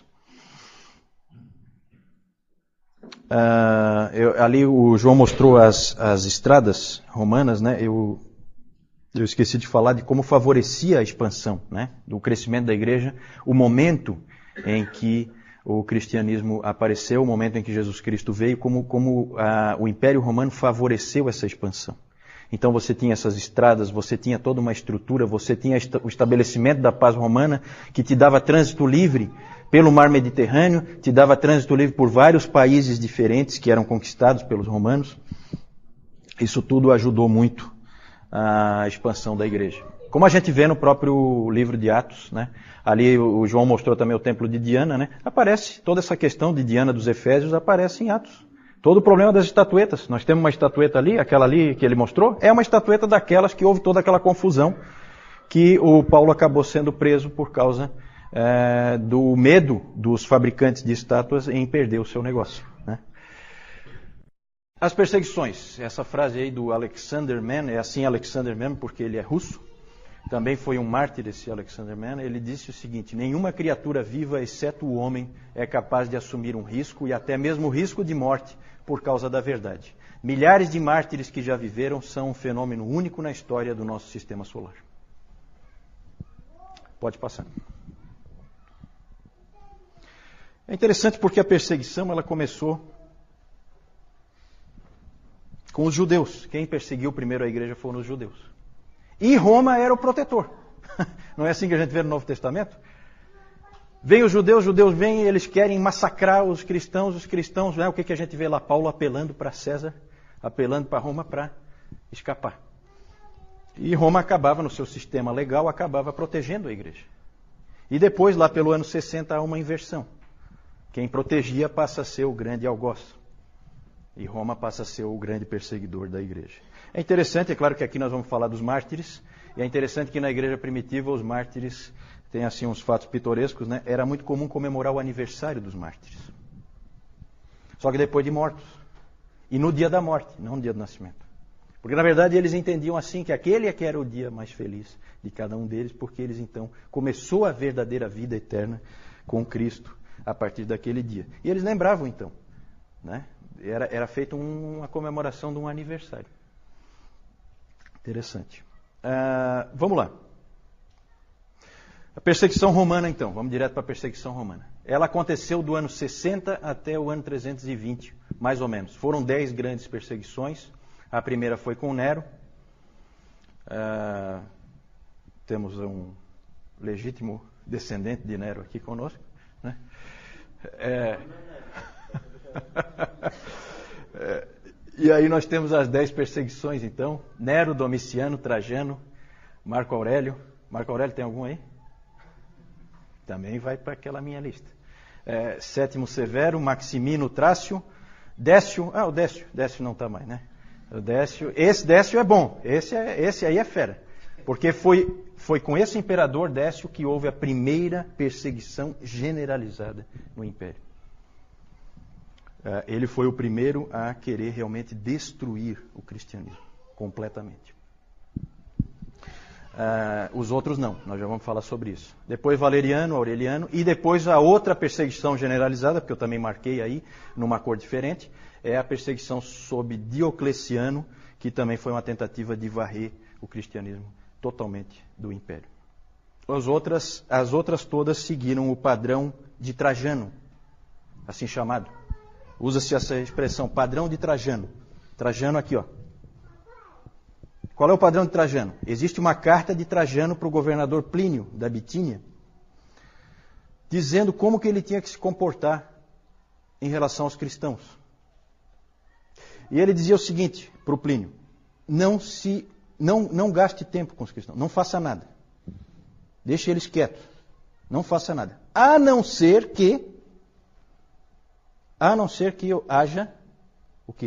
Ali o João mostrou as estradas romanas, né? Eu esqueci de falar de como favorecia a expansão, né, do crescimento da igreja, o momento em que o cristianismo apareceu, o momento em que Jesus Cristo veio, como o Império Romano favoreceu essa expansão. Então você tinha essas estradas, você tinha toda uma estrutura, você tinha o estabelecimento da paz romana, que te dava trânsito livre pelo mar Mediterrâneo, te dava trânsito livre por vários países diferentes que eram conquistados pelos romanos. Isso tudo ajudou muito a expansão da igreja. Como a gente vê no próprio livro de Atos, né? Ali o João mostrou também o templo de Diana, né? Aparece, toda essa questão de Diana dos Efésios aparece em Atos. Todo o problema das estatuetas. Nós temos uma estatueta ali, aquela ali que ele mostrou, é uma estatueta daquelas que houve toda aquela confusão, que o Paulo acabou sendo preso por causa do medo dos fabricantes de estátuas em perder o seu negócio, né? As perseguições. Essa frase aí do Alexander Mann, é assim Alexander Mann porque ele é russo, também foi um mártir esse Alexander Mann. Ele disse o seguinte: nenhuma criatura viva, exceto o homem, é capaz de assumir um risco, e até mesmo o risco de morte, por causa da verdade. Milhares de mártires que já viveram são um fenômeno único na história do nosso sistema solar. Pode passar. É interessante porque a perseguição ela começou com os judeus. Quem perseguiu primeiro a igreja foram os judeus. E Roma era o protetor. Não é assim que a gente vê no Novo Testamento? Vem os judeus vêm e eles querem massacrar os cristãos, né? O que a gente vê lá? Paulo apelando para César, apelando para Roma para escapar. E Roma acabava, no seu sistema legal, acabava protegendo a igreja. E depois, lá pelo ano 60, há uma inversão. Quem protegia passa a ser o grande algoz. E Roma passa a ser o grande perseguidor da igreja. É interessante, é claro que aqui nós vamos falar dos mártires, e é interessante que na igreja primitiva os mártires têm assim uns fatos pitorescos, né? Era muito comum comemorar o aniversário dos mártires. Só que depois de mortos. E no dia da morte, não no dia do nascimento. Porque na verdade eles entendiam assim que aquele é que era o dia mais feliz de cada um deles, porque eles então começou a verdadeira vida eterna com Cristo a partir daquele dia. E eles lembravam então, né, Era feita uma comemoração de um aniversário. Interessante. Vamos lá. A perseguição romana, então. Vamos direto para a perseguição romana. Ela aconteceu do ano 60 até o ano 320, mais ou menos. Foram 10 grandes perseguições. A primeira foi com Nero. Temos um legítimo descendente de Nero aqui conosco, né? E aí nós temos as 10 perseguições, então. Nero, Domiciano, Trajano, Marco Aurélio. Marco Aurélio tem algum aí? Também vai para aquela minha lista. Sétimo Severo, Maximino Trácio, Décio. O Décio não está mais, né? O Décio, esse Décio é bom. Esse aí é fera. Porque foi com esse imperador Décio que houve a primeira perseguição generalizada no Império. Ele foi o primeiro a querer realmente destruir o cristianismo completamente. Os outros não, nós já vamos falar sobre isso. Depois Valeriano, Aureliano, e depois a outra perseguição generalizada, porque eu também marquei aí, numa cor diferente, é a perseguição sob Diocleciano, que também foi uma tentativa de varrer o cristianismo totalmente do Império. As outras todas seguiram o padrão de Trajano, assim chamado. Usa-se essa expressão, padrão de Trajano. Trajano aqui, ó. Qual é o padrão de Trajano? Existe uma carta de Trajano para o governador Plínio, da Bitínia, dizendo como que ele tinha que se comportar em relação aos cristãos. E ele dizia o seguinte para o Plínio: não gaste tempo com os cristãos, não faça nada. Deixe eles quietos, não faça nada. A não ser que haja o quê?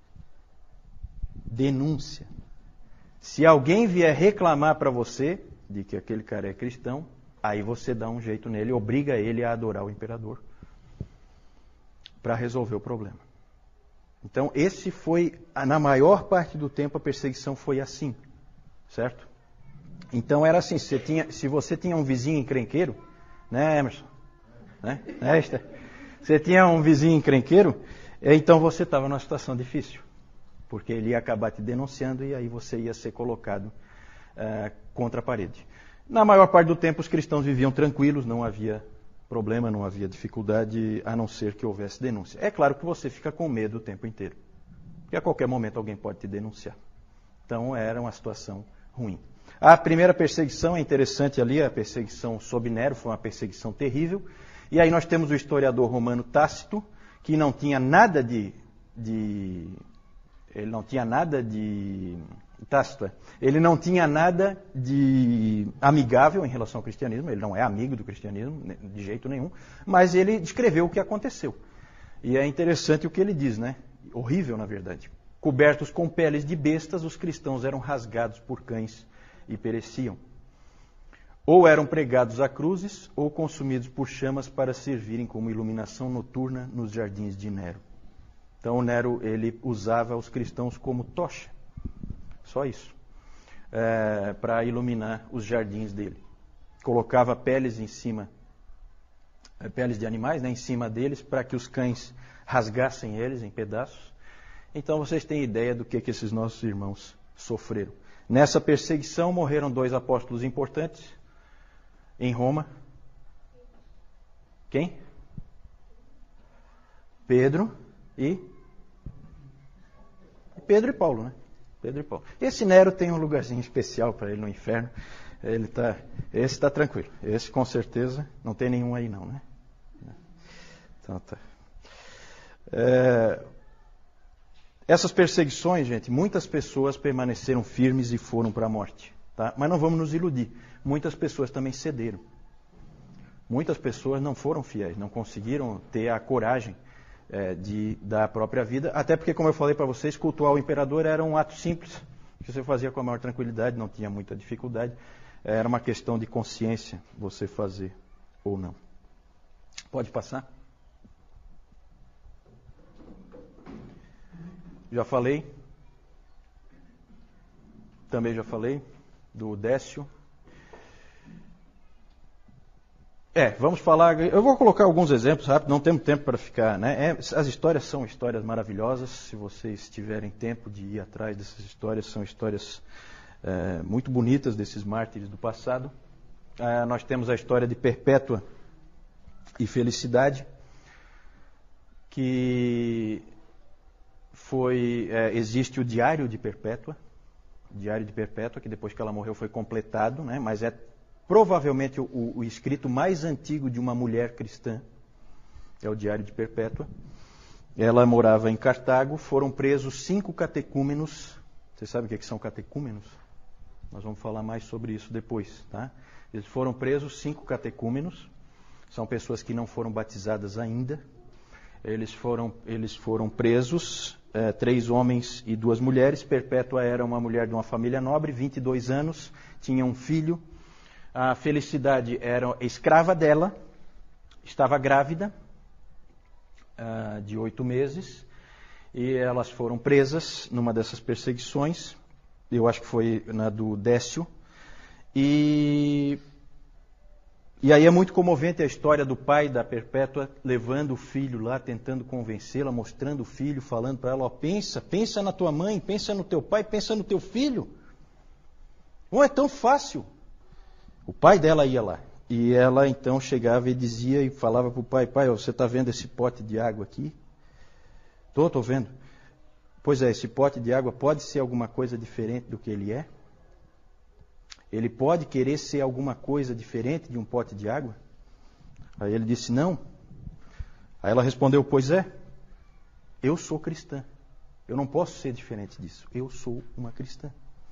Denúncia. Se alguém vier reclamar para você de que aquele cara é cristão, aí você dá um jeito nele, obriga ele a adorar o imperador para resolver o problema. Então, esse foi, na maior parte do tempo, a perseguição foi assim, certo? Então, era assim, se você tinha um vizinho encrenqueiro, né, Emerson? Né? Você tinha um vizinho encrenqueiro, então você estava numa situação difícil. Porque ele ia acabar te denunciando e aí você ia ser colocado contra a parede. Na maior parte do tempo, os cristãos viviam tranquilos, não havia problema, não havia dificuldade, a não ser que houvesse denúncia. É claro que você fica com medo o tempo inteiro, porque a qualquer momento alguém pode te denunciar. Então, era uma situação ruim. A primeira perseguição é interessante ali, a perseguição sob Nero, foi uma perseguição terrível. E aí nós temos o historiador romano Tácito, que não tinha nada de amigável em relação ao cristianismo, ele não é amigo do cristianismo, de jeito nenhum, mas ele descreveu o que aconteceu. E é interessante o que ele diz, né? Horrível, na verdade. Cobertos com peles de bestas, os cristãos eram rasgados por cães e pereciam. Ou eram pregados a cruzes, ou consumidos por chamas para servirem como iluminação noturna nos jardins de Nero. Então, Nero, ele usava os cristãos como tocha, só isso, para iluminar os jardins dele. Colocava peles em cima, peles de animais, né, em cima deles, para que os cães rasgassem eles em pedaços. Então, vocês têm ideia do que esses nossos irmãos sofreram. Nessa perseguição, morreram 2 apóstolos importantes em Roma. Quem? Pedro e Paulo, né? Pedro e Paulo. Esse Nero tem um lugarzinho especial para ele no inferno. Esse está tranquilo. Esse com certeza não tem nenhum aí não, né? Então tá. Essas perseguições, gente, muitas pessoas permaneceram firmes e foram para a morte, tá? Mas não vamos nos iludir. Muitas pessoas também cederam. Muitas pessoas não foram fiéis, não conseguiram ter a coragem da própria vida, até porque, como eu falei para vocês, cultuar o imperador era um ato simples, que você fazia com a maior tranquilidade, não tinha muita dificuldade, era uma questão de consciência você fazer ou não. Pode passar? Já falei, também já falei, do Décio. Vamos falar. Eu vou colocar alguns exemplos rápido, não temos tempo para ficar, né? As histórias são histórias maravilhosas. Se vocês tiverem tempo de ir atrás dessas histórias, são histórias muito bonitas desses mártires do passado. Nós temos a história de Perpétua e Felicidade, que existe o Diário de Perpétua. O Diário de Perpétua, que depois que ela morreu foi completado, né? Mas é provavelmente o escrito mais antigo de uma mulher cristã, é o Diário de Perpétua. Ela morava em Cartago, foram presos 5 catecúmenos. Você sabe o que são catecúmenos? Nós vamos falar mais sobre isso depois, tá? Eles foram presos 5 catecúmenos, são pessoas que não foram batizadas ainda. Eles foram presos, 3 homens e 2 mulheres. Perpétua era uma mulher de uma família nobre, 22 anos, tinha um filho. A Felicidade era escrava dela, estava grávida de 8 meses, e elas foram presas numa dessas perseguições, eu acho que foi na do Décio, e aí é muito comovente a história do pai da Perpétua levando o filho lá, tentando convencê-la, mostrando o filho, falando para ela, pensa na tua mãe, pensa no teu pai, pensa no teu filho. Não é tão fácil. O pai dela ia lá, e ela então chegava e dizia e falava para o pai, você está vendo esse pote de água aqui? Estou vendo. Pois é, esse pote de água pode ser alguma coisa diferente do que ele é? Ele pode querer ser alguma coisa diferente de um pote de água? Aí ele disse, não. Aí ela respondeu, pois é, eu sou cristã. Eu não posso ser diferente disso. Eu sou uma cristã.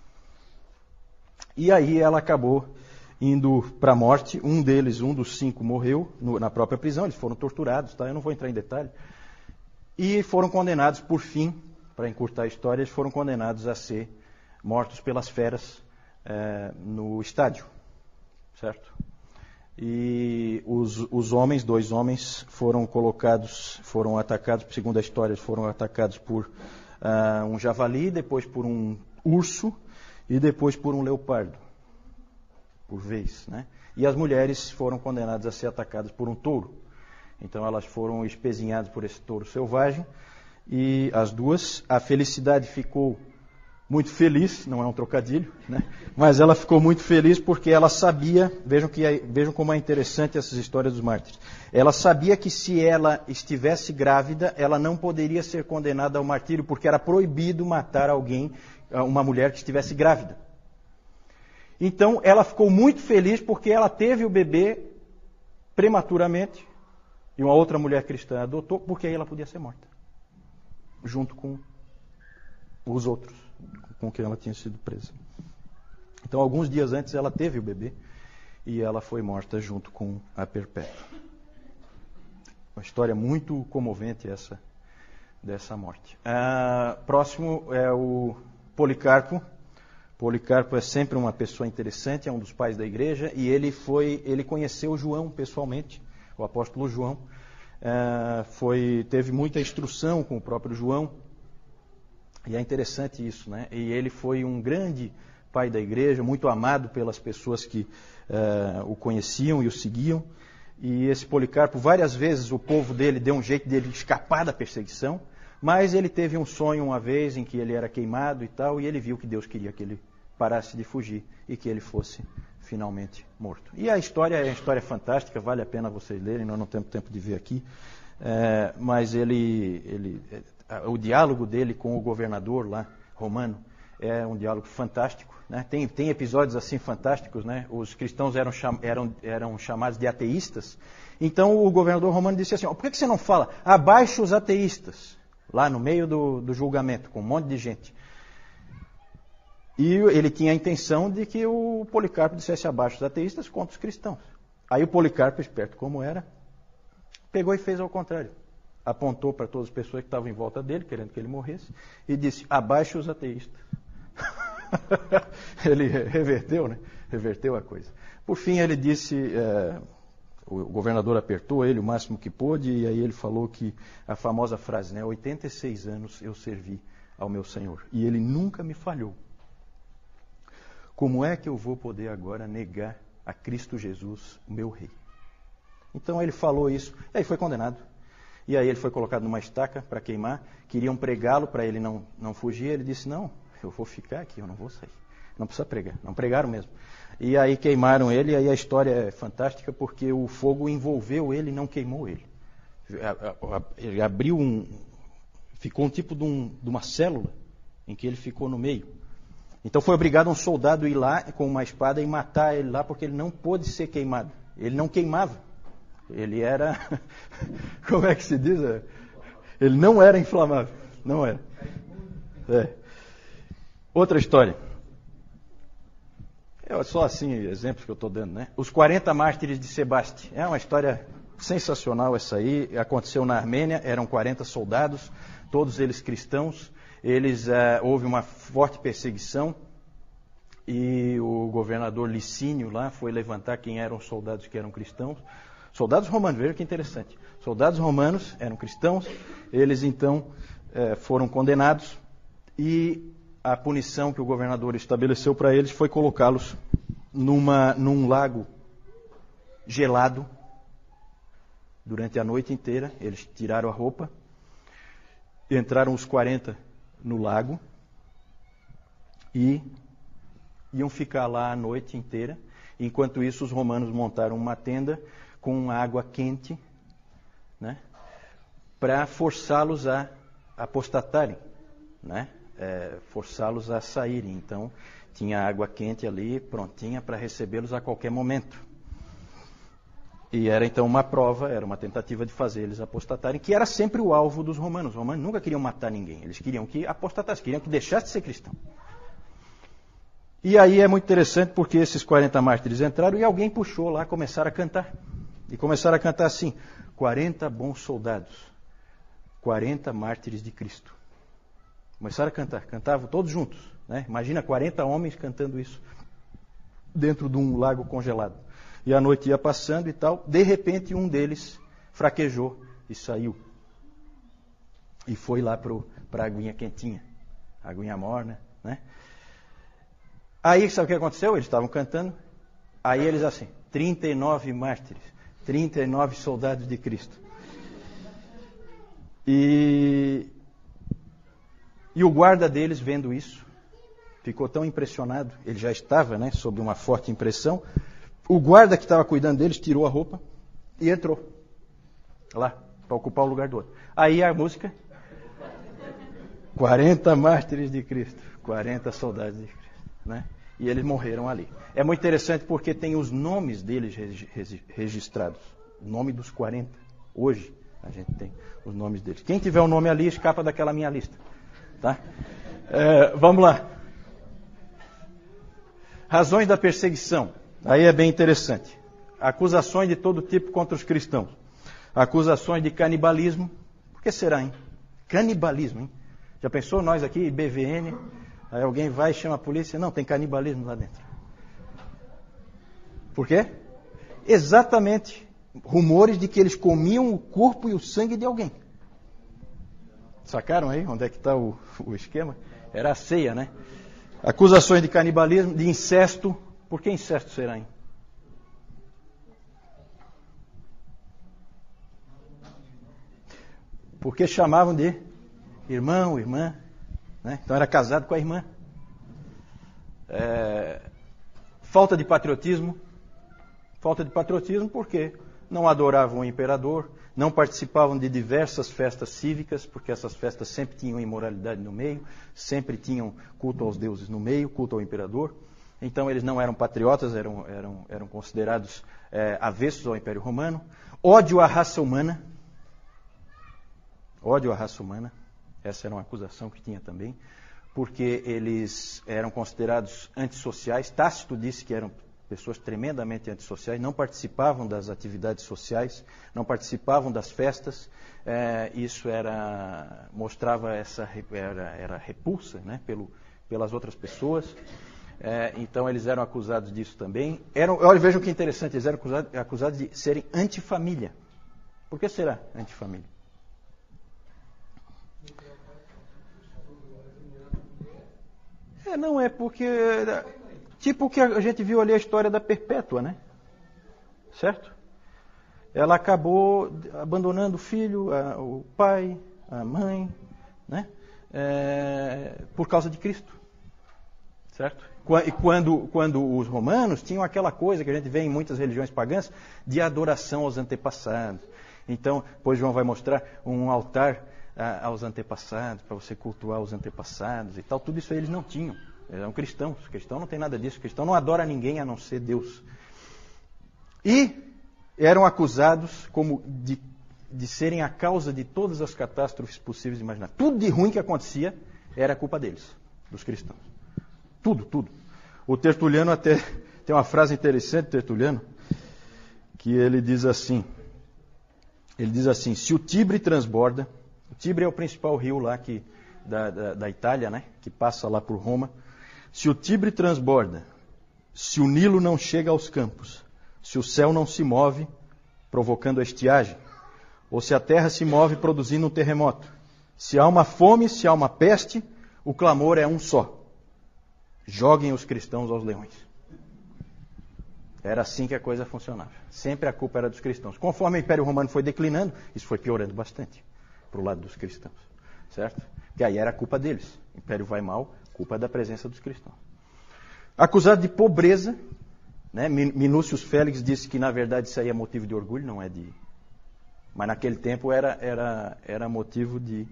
E aí ela acabou indo para a morte. Um dos 5 morreu na própria prisão. Eles foram torturados, tá? Eu não vou entrar em detalhe. E foram condenados, por fim, para encurtar a história, eles foram condenados a ser mortos pelas feras no estádio, certo? E os homens, 2 homens, foram atacados, segundo a história, foram atacados por um javali, depois por um urso e depois por um leopardo, por vez, né? E as mulheres foram condenadas a ser atacadas por um touro. Então elas foram espezinhadas por esse touro selvagem, e as duas. A Felicidade ficou muito feliz, não é um trocadilho, né? Mas ela ficou muito feliz porque ela sabia, vejam como é interessante essas histórias dos mártires. Ela sabia que se ela estivesse grávida, ela não poderia ser condenada ao martírio, porque era proibido matar uma mulher que estivesse grávida. Então ela ficou muito feliz porque ela teve o bebê prematuramente, e uma outra mulher cristã adotou, porque aí ela podia ser morta, junto com os outros com quem ela tinha sido presa. Então, alguns dias antes, ela teve o bebê e ela foi morta junto com a Perpétua. Uma história muito comovente essa dessa morte. Próximo é o Policarpo. Policarpo é sempre uma pessoa interessante, é um dos pais da igreja, e ele conheceu João pessoalmente, o apóstolo João. Teve muita instrução com o próprio João. E é interessante isso, né? E ele foi um grande pai da igreja, muito amado pelas pessoas que o conheciam e o seguiam. E esse Policarpo, várias vezes o povo dele deu um jeito dele escapar da perseguição, mas ele teve um sonho uma vez em que ele era queimado e tal, e ele viu que Deus queria que ele parasse de fugir e que ele fosse finalmente morto. E a história é uma história fantástica, vale a pena vocês lerem, nós não temos tempo de ver aqui, mas o diálogo dele com o governador lá, romano, é um diálogo fantástico, né? Tem episódios assim fantásticos, né? Os cristãos eram chamados de ateístas. Então o governador romano disse assim, por que você não fala abaixo os ateístas? Lá no meio do julgamento, com um monte de gente. E ele tinha a intenção de que o Policarpo dissesse abaixo os ateístas contra os cristãos. Aí o Policarpo, esperto como era, pegou e fez ao contrário. Apontou para todas as pessoas que estavam em volta dele, querendo que ele morresse, e disse, abaixo os ateístas. Ele reverteu, né? Reverteu a coisa. Por fim, ele disse, o governador apertou ele o máximo que pôde, e aí ele falou que a famosa frase, né? 86 anos eu servi ao meu Senhor, e ele nunca me falhou. Como é que eu vou poder agora negar a Cristo Jesus, o meu rei? Então ele falou isso, e aí foi condenado. E aí ele foi colocado numa estaca para queimar, queriam pregá-lo para ele não fugir, ele disse, não, eu vou ficar aqui, eu não vou sair. Não precisa pregar, não pregaram mesmo. E aí queimaram ele, e aí a história é fantástica porque o fogo envolveu ele e não queimou ele. Ele abriu ficou um tipo de uma célula em que ele ficou no meio. Então foi obrigado um soldado a ir lá com uma espada e matar ele lá porque ele não pôde ser queimado. Ele não queimava. Ele era, como é que se diz? Ele não era inflamável, não era. Outra história. É só assim, exemplos que eu estou dando, né? Os 40 mártires de Sebaste. É uma história sensacional essa aí. Aconteceu na Armênia, eram 40 soldados, todos eles cristãos. Houve uma forte perseguição e o governador Licínio lá foi levantar quem eram os soldados que eram cristãos. Soldados romanos, veja que interessante. Soldados romanos eram cristãos, eles então foram condenados e a punição que o governador estabeleceu para eles foi colocá-los num lago gelado durante a noite inteira. Eles tiraram a roupa, entraram os 40 no lago e iam ficar lá a noite inteira. Enquanto isso, os romanos montaram uma tenda com água quente, né, para forçá-los a apostatarem, né, forçá-los a saírem. Então, tinha água quente ali, prontinha para recebê-los a qualquer momento. E era então uma prova, era uma tentativa de fazer eles apostatarem, que era sempre o alvo dos romanos. Os romanos nunca queriam matar ninguém, eles queriam que apostatasse, queriam que deixasse de ser cristão. E aí é muito interessante porque esses 40 mártires entraram e alguém puxou lá, começaram a cantar. E começaram a cantar assim, 40 bons soldados, 40 mártires de Cristo. Começaram a cantar, cantavam todos juntos, né? Imagina 40 homens cantando isso, dentro de um lago congelado. E a noite ia passando e tal, de repente um deles fraquejou e saiu. E foi lá para a aguinha quentinha, a aguinha morna, né? Aí, sabe o que aconteceu? Eles estavam cantando, aí eles assim, 39 mártires, 39 soldados de Cristo. E o guarda deles, vendo isso, ficou tão impressionado, ele já estava, né, sob uma forte impressão. O guarda que estava cuidando deles tirou a roupa e entrou lá, para ocupar o lugar do outro. Aí a música, 40 mártires de Cristo, 40 soldados de Cristo, né? E eles morreram ali. É muito interessante porque tem os nomes deles registrados, o nome dos 40. Hoje a gente tem os nomes deles. Quem tiver o nome ali, escapa daquela minha lista. Tá? Vamos lá. Razões da perseguição. Aí é bem interessante. Acusações de todo tipo contra os cristãos. Acusações de canibalismo. Por que será, hein? Canibalismo, hein? Já pensou nós aqui, BVN, aí alguém vai e chama a polícia? Não, tem canibalismo lá dentro. Por quê? Exatamente. Rumores de que eles comiam o corpo e o sangue de alguém. Sacaram aí onde é que está o esquema? Era a ceia, né? Acusações de canibalismo, de incesto. Por que incesto será, hein? Porque chamavam de irmão, irmã, né? Então era casado com a irmã. Falta de patriotismo. Falta de patriotismo porque não adoravam o imperador, não participavam de diversas festas cívicas, porque essas festas sempre tinham imoralidade no meio, sempre tinham culto aos deuses no meio, culto ao imperador. Então eles não eram patriotas, eram considerados avessos ao Império Romano. Ódio à raça humana. Ódio à raça humana. Essa era uma acusação que tinha também, porque eles eram considerados antissociais. Tácito disse que eram pessoas tremendamente antissociais, não participavam das atividades sociais, não participavam das festas. Isso mostrava era repulsa, né, pelas outras pessoas. Então eles eram acusados disso também. Olha, vejam que interessante, eles eram acusados de serem antifamília. Por que será antifamília? Não é porque... Tipo o que a gente viu ali a história da Perpétua, né? Certo? ela acabou abandonando o filho, o pai, a mãe, né? Por causa de Cristo. Certo? E quando os romanos tinham aquela coisa que a gente vê em muitas religiões pagãs, de adoração aos antepassados. Então, depois João vai mostrar um altar aos antepassados, para você cultuar os antepassados e tal. Tudo isso aí eles não tinham. Eles eram cristãos. O cristão não tem nada disso. O cristão não adora ninguém a não ser Deus. E eram acusados como de serem a causa de todas as catástrofes possíveis e imagináveis. Tudo de ruim que acontecia era culpa deles, dos cristãos. Tudo, tudo. O Tertuliano até tem uma frase interessante, Tertuliano, que ele diz assim, se o Tibre transborda, o Tibre é o principal rio lá da Itália, né, que passa lá por Roma, se o Tibre transborda, se o Nilo não chega aos campos, se o céu não se move, provocando a estiagem, ou se a terra se move produzindo um terremoto, se há uma fome, se há uma peste, o clamor é um só. Joguem os cristãos aos leões. Era assim que a coisa funcionava. Sempre a culpa era dos cristãos. Conforme o Império Romano foi declinando, isso foi piorando bastante para o lado dos cristãos. Certo? Porque aí era a culpa deles. O Império vai mal, culpa da presença dos cristãos. Acusado de pobreza, né? Minúcius Félix disse que na verdade isso aí é motivo de orgulho, não é de... Mas naquele tempo era motivo de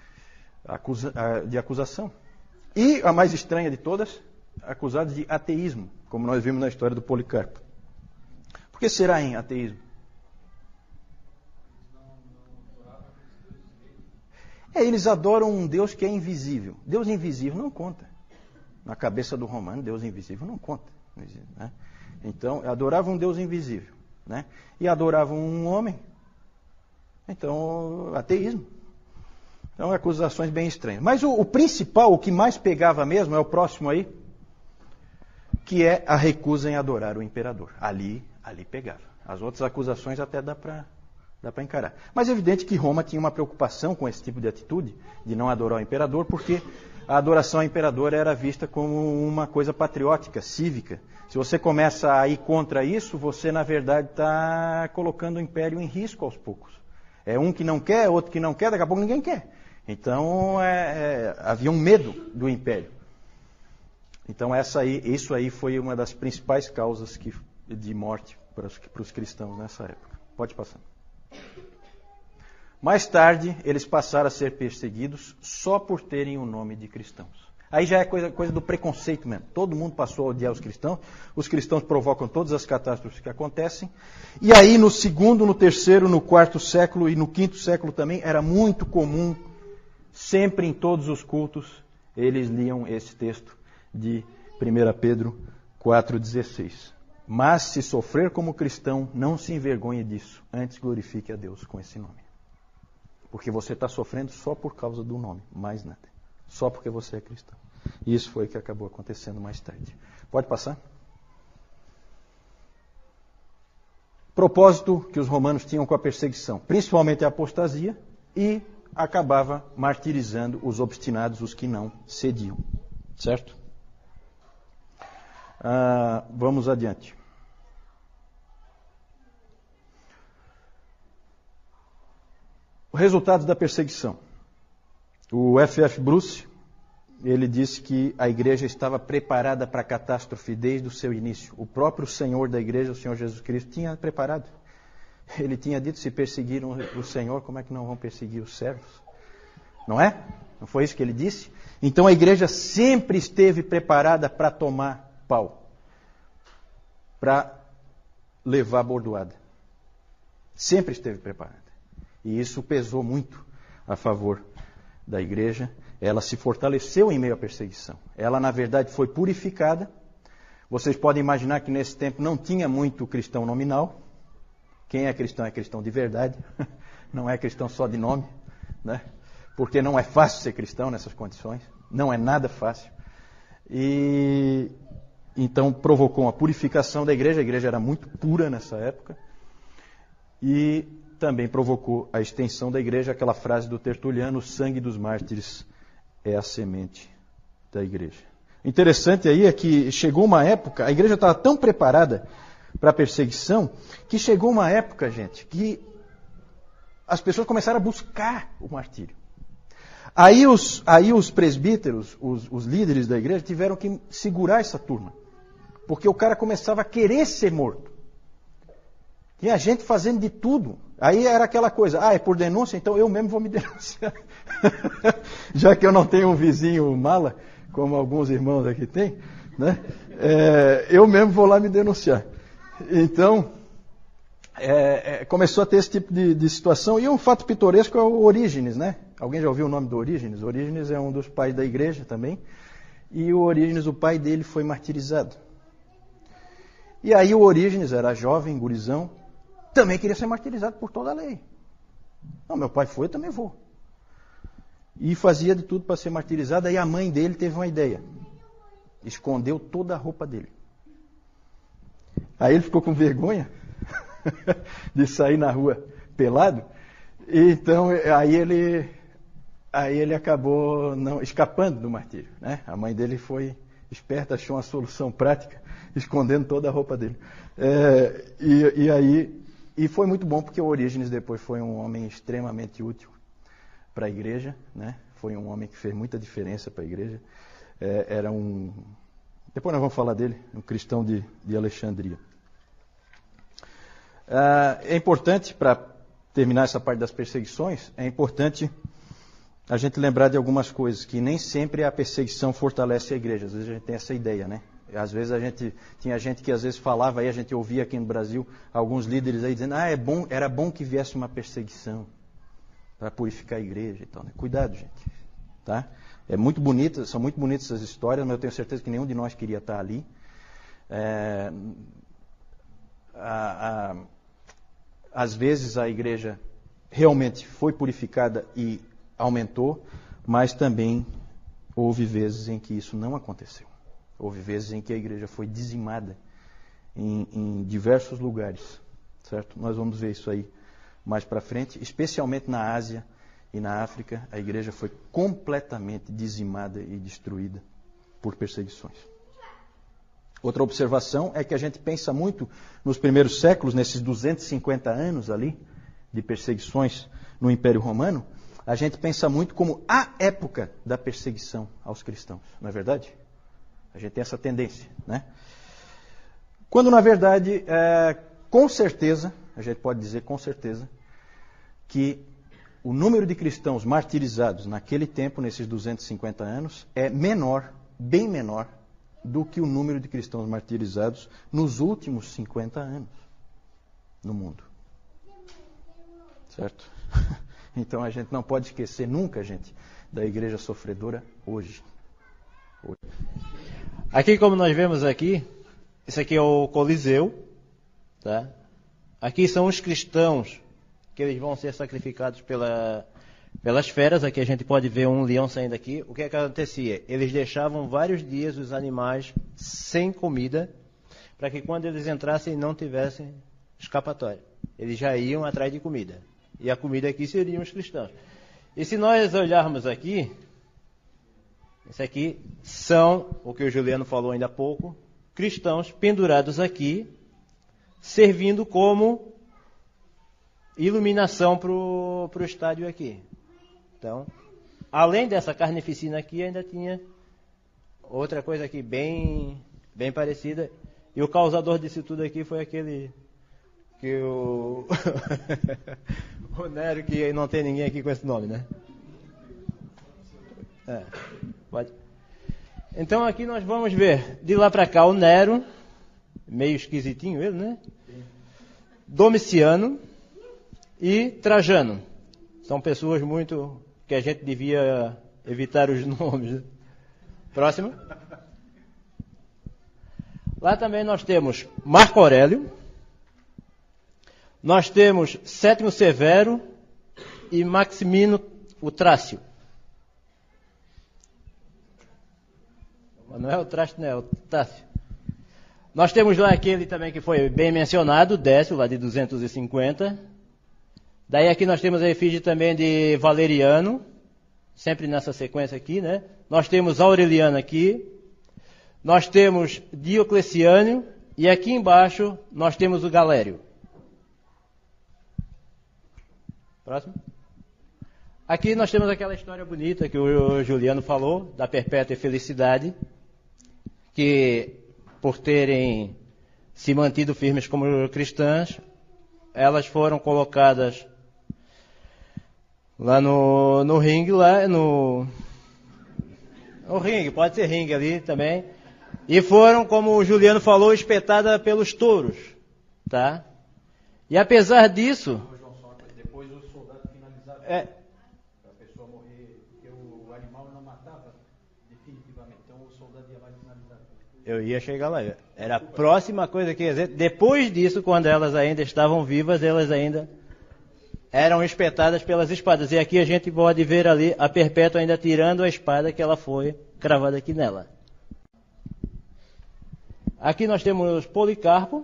acusação. E a mais estranha de todas, acusados de ateísmo, como nós vimos na história do Policarpo. Por que será em ateísmo? Eles adoram um Deus que é invisível. Deus invisível não conta. Na cabeça do romano, Deus invisível não conta. Né? Então, adoravam um Deus invisível. Né? E adoravam um homem. Então, ateísmo. Então, acusações bem estranhas. Mas o principal, o que mais pegava mesmo, é o próximo aí, que é a recusa em adorar o imperador. Ali pegava. As outras acusações até dá para encarar. Mas é evidente que Roma tinha uma preocupação com esse tipo de atitude, de não adorar o imperador, porque a adoração ao imperador era vista como uma coisa patriótica, cívica. Se você começa a ir contra isso, você, na verdade, está colocando o império em risco aos poucos. É um que não quer, outro que não quer, daqui a pouco ninguém quer. Então, havia um medo do império. Então, isso aí foi uma das principais causas de morte para os cristãos nessa época. Pode passar. Mais tarde, eles passaram a ser perseguidos só por terem o nome de cristãos. Aí já é coisa do preconceito mesmo. Todo mundo passou a odiar os cristãos provocam todas as catástrofes que acontecem. E aí, no segundo, no terceiro, no quarto século e no quinto século também, era muito comum, sempre em todos os cultos, eles liam esse texto de 1 Pedro 4,16. Mas se sofrer como cristão, não se envergonhe disso, antes glorifique a Deus com esse nome. Porque você está sofrendo só por causa do nome, mais nada. Só porque você é cristão. E isso foi o que acabou acontecendo mais tarde. Pode passar? Propósito que os romanos tinham com a perseguição, principalmente a apostasia, e acabava martirizando os obstinados, os que não cediam. Certo? Vamos adiante. Os resultados da perseguição. O F.F. Bruce, ele disse que a igreja estava preparada para a catástrofe desde o seu início. O próprio Senhor da igreja, o Senhor Jesus Cristo, tinha preparado. Ele tinha dito, se perseguiram o Senhor, como é que não vão perseguir os servos? Não é? Não foi isso que ele disse? Então a igreja sempre esteve preparada para tomar pau. Para levar bordoada. Sempre esteve preparada. E isso pesou muito a favor da igreja. Ela se fortaleceu em meio à perseguição. Ela, na verdade, foi purificada. Vocês podem imaginar que nesse tempo não tinha muito cristão nominal. Quem é cristão de verdade. Não é cristão só de nome, né? Porque não é fácil ser cristão nessas condições. Não é nada fácil. E então provocou uma purificação da igreja. A igreja era muito pura nessa época. E também provocou a extensão da igreja, aquela frase do Tertuliano, o sangue dos mártires é a semente da igreja. Interessante aí é que chegou uma época, a igreja estava tão preparada para a perseguição, que chegou uma época, gente, que as pessoas começaram a buscar o martírio. Aí os presbíteros, os líderes da igreja, tiveram que segurar essa turma. Porque o cara começava a querer ser morto. Tinha gente fazendo de tudo. Aí era aquela coisa, é por denúncia, então eu mesmo vou me denunciar. Já que eu não tenho um vizinho mala, como alguns irmãos aqui têm, né? Eu mesmo vou lá me denunciar. Então, começou a ter esse tipo de situação. E um fato pitoresco é o Orígenes, né? Alguém já ouviu o nome do Orígenes? Orígenes é um dos pais da igreja também. E o Orígenes, o pai dele, foi martirizado. E aí o Orígenes era jovem, gurizão, também queria ser martirizado por toda a lei. Não, meu pai foi, eu também vou. E fazia de tudo para ser martirizado. Aí a mãe dele teve uma ideia. Escondeu toda a roupa dele. Aí ele ficou com vergonha de sair na rua pelado. Então aí ele acabou escapando do martírio, né? A mãe dele foi esperta, achou uma solução prática, escondendo toda a roupa dele. E foi muito bom, porque o Orígenes depois foi um homem extremamente útil para a igreja, né? Foi um homem que fez muita diferença para a igreja. Depois nós vamos falar dele, um cristão de Alexandria. É importante, para terminar essa parte das perseguições, é importante a gente lembrar de algumas coisas, que nem sempre a perseguição fortalece a igreja. Às vezes a gente tem essa ideia, né? Às vezes tinha gente que às vezes falava, aí a gente ouvia aqui no Brasil, alguns líderes aí dizendo, era bom que viesse uma perseguição para purificar a igreja e tal, né? Cuidado, gente, tá? São muito bonitas essas histórias, mas eu tenho certeza que nenhum de nós queria estar ali. Às vezes a igreja realmente foi purificada e aumentou, mas também houve vezes em que isso não aconteceu. Houve vezes em que a igreja foi dizimada em diversos lugares, certo? Nós vamos ver isso aí mais para frente, especialmente na Ásia e na África, a igreja foi completamente dizimada e destruída por perseguições. Outra observação é que a gente pensa muito nos primeiros séculos, nesses 250 anos ali de perseguições no Império Romano, a gente pensa muito como a época da perseguição aos cristãos, não é verdade? A gente tem essa tendência, né? Quando, na verdade, com certeza, a gente pode dizer com certeza, que o número de cristãos martirizados naquele tempo, nesses 250 anos, é menor, bem menor, do que o número de cristãos martirizados nos últimos 50 anos no mundo. Certo? Então a gente não pode esquecer nunca, gente, da igreja sofredora hoje. Aqui, como nós vemos aqui, esse aqui é o Coliseu, tá? Aqui são os cristãos que eles vão ser sacrificados pelas feras. Aqui a gente pode ver um leão saindo aqui. O que acontecia? Eles deixavam vários dias os animais sem comida, para que quando eles entrassem não tivessem escapatória. Eles já iam atrás de comida. E a comida aqui seriam os cristãos. E se nós olharmos aqui, esse aqui são, o que o Juliano falou ainda há pouco, cristãos pendurados aqui, servindo como iluminação para o estádio aqui. Então, além dessa carnificina aqui, ainda tinha outra coisa aqui bem parecida. E o causador disso tudo aqui foi aquele que o o Nero, que não tem ninguém aqui com esse nome, né? Pode. Então aqui nós vamos ver, de lá para cá, o Nero, meio esquisitinho ele, né? Domiciano e Trajano. São pessoas muito que a gente devia evitar os nomes. Né? Próximo. Lá também nós temos Marco Aurélio. Nós temos Sétimo Severo e Maximino o Trácio. Não é o Trácio, não é o Tácio. Nós temos lá aquele também que foi bem mencionado, Décio, lá de 250. Daí aqui nós temos a efígie também de Valeriano, sempre nessa sequência aqui, né? Nós temos Aureliano aqui. Nós temos Diocleciano E aqui embaixo nós temos o galério. Próximo. Aqui nós temos aquela história bonita que o Juliano falou, da perpétua felicidade, que por terem se mantido firmes como cristãs, elas foram colocadas lá no ringue, lá no ringue, pode ser ringue ali também, e foram, como o Juliano falou, espetadas pelos touros, tá? E apesar disso... Depois o soldado finalizava a pessoa morrer, porque o animal não matava definitivamente, então o soldado ia lá e finalizava. Eu ia chegar lá. Era a próxima coisa que ia dizer. Depois disso, quando elas ainda estavam vivas, elas ainda eram espetadas pelas espadas. E aqui a gente pode ver ali a Perpétua ainda tirando a espada que ela foi cravada aqui nela. Aqui nós temos Policarpo.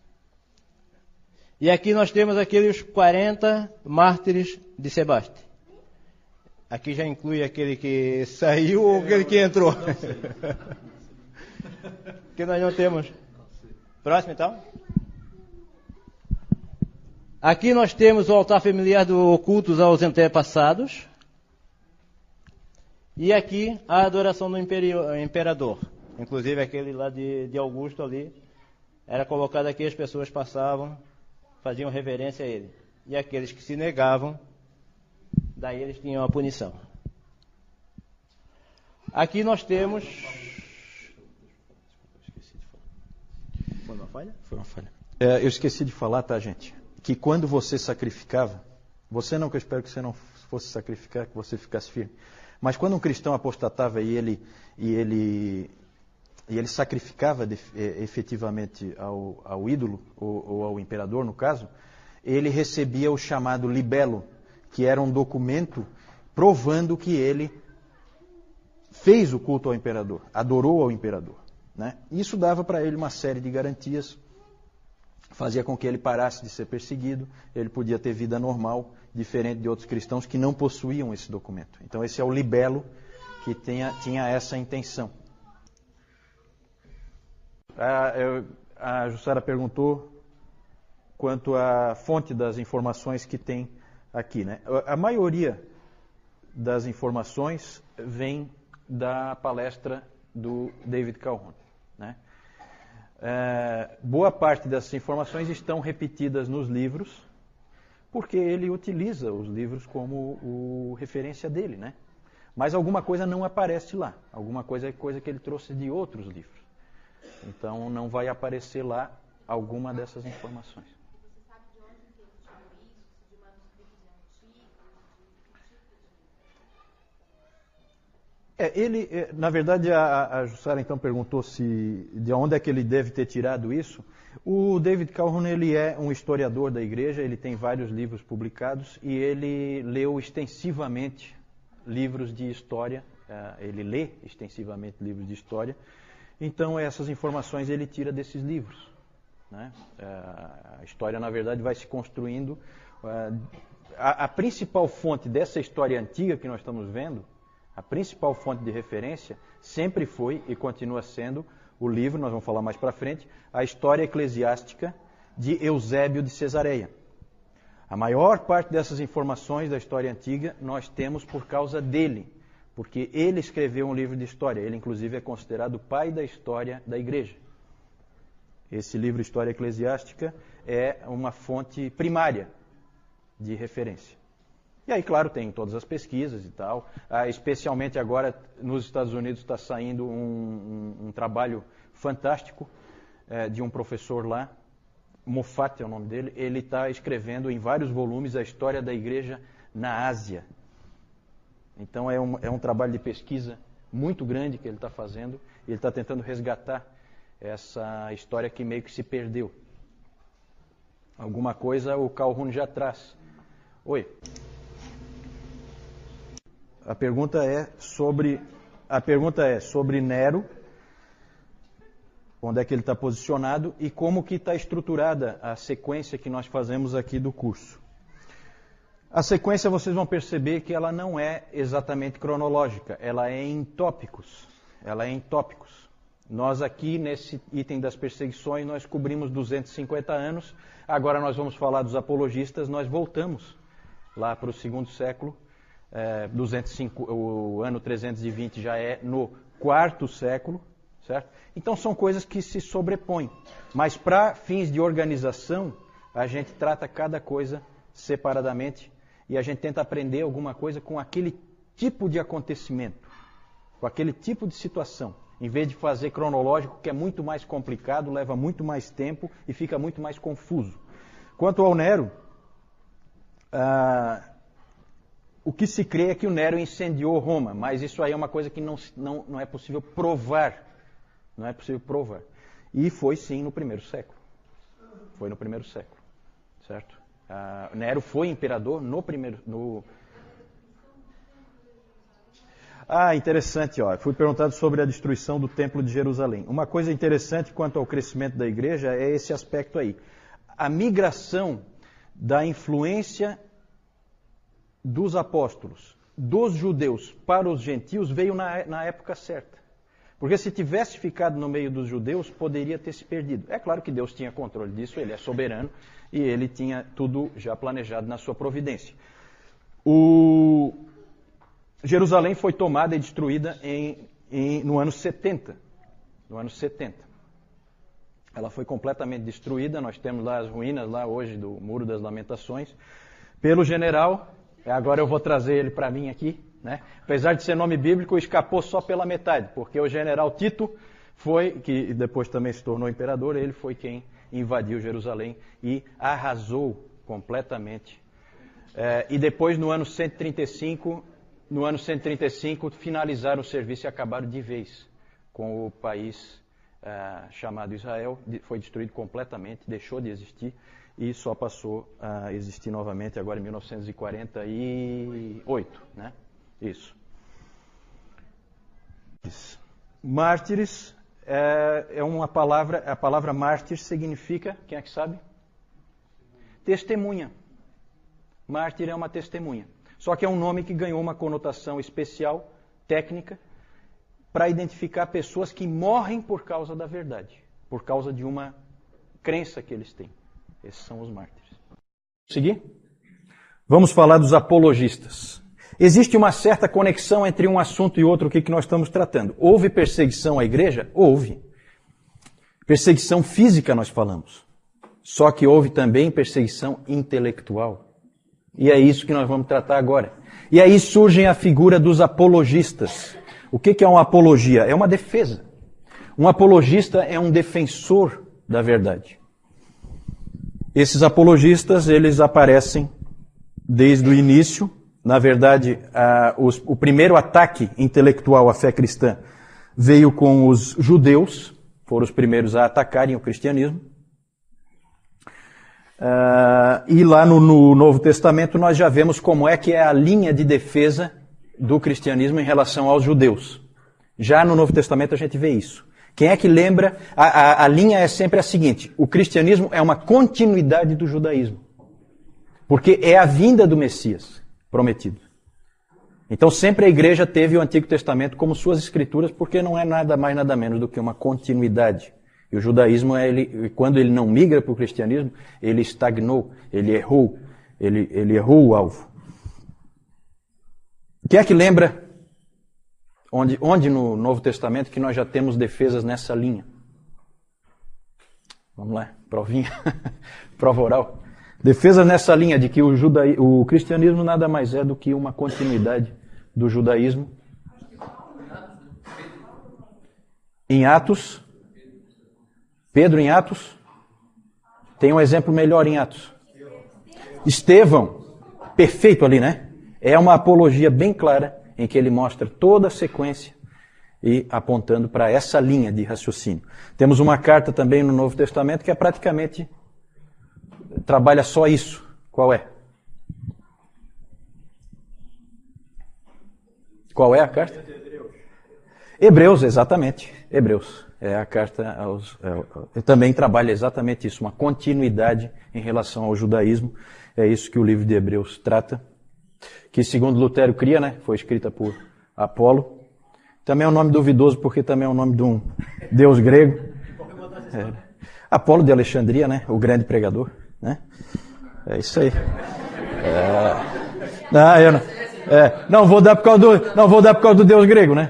E aqui nós temos aqueles 40 mártires de Sebaste. Aqui já inclui aquele que saiu ou aquele que entrou. Que nós não temos. Próximo então. Aqui nós temos o altar familiar do cultos aos antepassados. E aqui a adoração do imperador. Inclusive aquele lá de Augusto ali. Era colocado aqui, as pessoas passavam, faziam reverência a ele. E aqueles que se negavam, daí eles tinham a punição. Aqui nós temos... Foi uma falha? Foi uma falha. Eu esqueci de falar, tá, gente? Que quando você sacrificava, você não, que eu espero que você não fosse sacrificar, que você ficasse firme. Mas quando um cristão apostatava e ele sacrificava efetivamente ao ídolo, ou ao imperador, no caso, ele recebia o chamado libelo, que era um documento provando que ele fez o culto ao imperador, adorou ao imperador, né? Isso dava para ele uma série de garantias, fazia com que ele parasse de ser perseguido, ele podia ter vida normal, diferente de outros cristãos que não possuíam esse documento. Então esse é o libelo que tinha essa intenção. A Jussara perguntou quanto à fonte das informações que tem aqui, né? A maioria das informações vem da palestra do David Calhoun, né? Boa parte dessas informações estão repetidas nos livros, porque ele utiliza os livros como referência dele, né? Mas alguma coisa não aparece lá, alguma coisa é coisa que ele trouxe de outros livros. Então não vai aparecer lá alguma dessas informações. Você sabe de onde que ele tirou isso? De manuscritos antigos? Na verdade, a Jussara então perguntou de onde é que ele deve ter tirado isso. O David Calhoun, ele é um historiador da igreja, ele tem vários livros publicados e ele leu extensivamente livros de história, ele lê extensivamente livros de história. Então, essas informações ele tira desses livros, né? A história, na verdade, vai se construindo. A principal fonte dessa história antiga que nós estamos vendo, a principal fonte de referência, sempre foi e continua sendo o livro, nós vamos falar mais para frente, a História Eclesiástica de Eusébio de Cesareia. A maior parte dessas informações da história antiga nós temos por causa dele, porque ele escreveu um livro de história. Ele, inclusive, é considerado o pai da história da igreja. Esse livro, História Eclesiástica, é uma fonte primária de referência. E aí, claro, tem todas as pesquisas e tal. Especialmente agora, nos Estados Unidos, está saindo um trabalho fantástico de um professor lá, Moffat é o nome dele. Ele está escrevendo em vários volumes a história da igreja na Ásia. Então é um trabalho de pesquisa muito grande que ele está fazendo, e ele está tentando resgatar essa história que meio que se perdeu. Alguma coisa o Calhoun já traz. Oi. A pergunta é sobre Nero, onde é que ele está posicionado e como que está estruturada a sequência que nós fazemos aqui do curso. A sequência, vocês vão perceber que ela não é exatamente cronológica, ela é em tópicos. Nós aqui, nesse item das perseguições, nós cobrimos 250 anos. Agora nós vamos falar dos apologistas. Nós voltamos lá para o segundo século. 205, o ano 320 já é no quarto século, certo? Então são coisas que se sobrepõem. Mas para fins de organização, a gente trata cada coisa separadamente e a gente tenta aprender alguma coisa com aquele tipo de acontecimento, com aquele tipo de situação. Em vez de fazer cronológico, que é muito mais complicado, leva muito mais tempo e fica muito mais confuso. Quanto ao Nero, o que se crê é que o Nero incendiou Roma, mas isso aí é uma coisa que não é possível provar. Não é possível provar. E foi sim no primeiro século. Foi no primeiro século, certo? Nero foi imperador no primeiro... interessante, ó. Fui perguntado sobre a destruição do Templo de Jerusalém. Uma coisa interessante quanto ao crescimento da igreja é esse aspecto aí. A migração da influência dos apóstolos, dos judeus para os gentios, veio na época certa. Porque se tivesse ficado no meio dos judeus, poderia ter se perdido. É claro que Deus tinha controle disso, Ele é soberano e Ele tinha tudo já planejado na sua providência. Jerusalém foi tomada e destruída no ano 70. No ano 70. Ela foi completamente destruída, nós temos lá as ruínas lá hoje do Muro das Lamentações, pelo general, agora eu vou trazer ele para mim aqui, né? Apesar de ser nome bíblico, escapou só pela metade, porque o general Tito que depois também se tornou imperador, ele foi quem invadiu Jerusalém e arrasou completamente. E depois, no ano 135, finalizaram o serviço e acabaram de vez com o país chamado Israel. Foi destruído completamente, deixou de existir e só passou a existir novamente agora em 1948, né? Isso. Mártires é uma palavra, a palavra mártir significa, quem é que sabe? Testemunha. Mártir é uma testemunha. Só que é um nome que ganhou uma conotação especial, técnica, para identificar pessoas que morrem por causa da verdade, por causa de uma crença que eles têm. Esses são os mártires. Seguir? Vamos falar dos apologistas. Existe uma certa conexão entre um assunto e outro que nós estamos tratando. Houve perseguição à igreja? Houve. Perseguição física nós falamos. Só que houve também perseguição intelectual. E é isso que nós vamos tratar agora. E aí surge a figura dos apologistas. O que é uma apologia? É uma defesa. Um apologista é um defensor da verdade. Esses apologistas, eles aparecem desde o início. Na verdade, o primeiro ataque intelectual à fé cristã veio com os judeus, foram os primeiros a atacarem o cristianismo. E lá no Novo Testamento nós já vemos como é que é a linha de defesa do cristianismo em relação aos judeus. Já no Novo Testamento a gente vê isso. Quem é que lembra? A linha é sempre a seguinte: o cristianismo é uma continuidade do judaísmo. Porque é a vinda do Messias prometido. Então sempre a igreja teve o Antigo Testamento como suas escrituras, porque não é nada mais nada menos do que uma continuidade. E o judaísmo, quando ele não migra para o cristianismo, ele estagnou, ele errou o alvo. Quem é que lembra onde no Novo Testamento que nós já temos defesas nessa linha? Vamos lá, provinha, prova oral. Defesa nessa linha de que o cristianismo nada mais é do que uma continuidade do judaísmo. Em Atos, Pedro em Atos, tem um exemplo melhor em Atos. Estevão, perfeito ali, né? É uma apologia bem clara em que ele mostra toda a sequência e apontando para essa linha de raciocínio. Temos uma carta também no Novo Testamento que é praticamente trabalha só isso. Qual é? Qual é a carta? Hebreus, exatamente. Hebreus. É a carta aos... também trabalha exatamente isso, uma continuidade em relação ao judaísmo. É isso que o livro de Hebreus trata. Que segundo Lutero cria, né? Foi escrita por Apolo. Também é um nome duvidoso, porque também é o nome de um deus grego. Apolo de Alexandria, né? O grande pregador, né? É isso aí. Não, eu não. Não vou dar por causa do deus grego, né?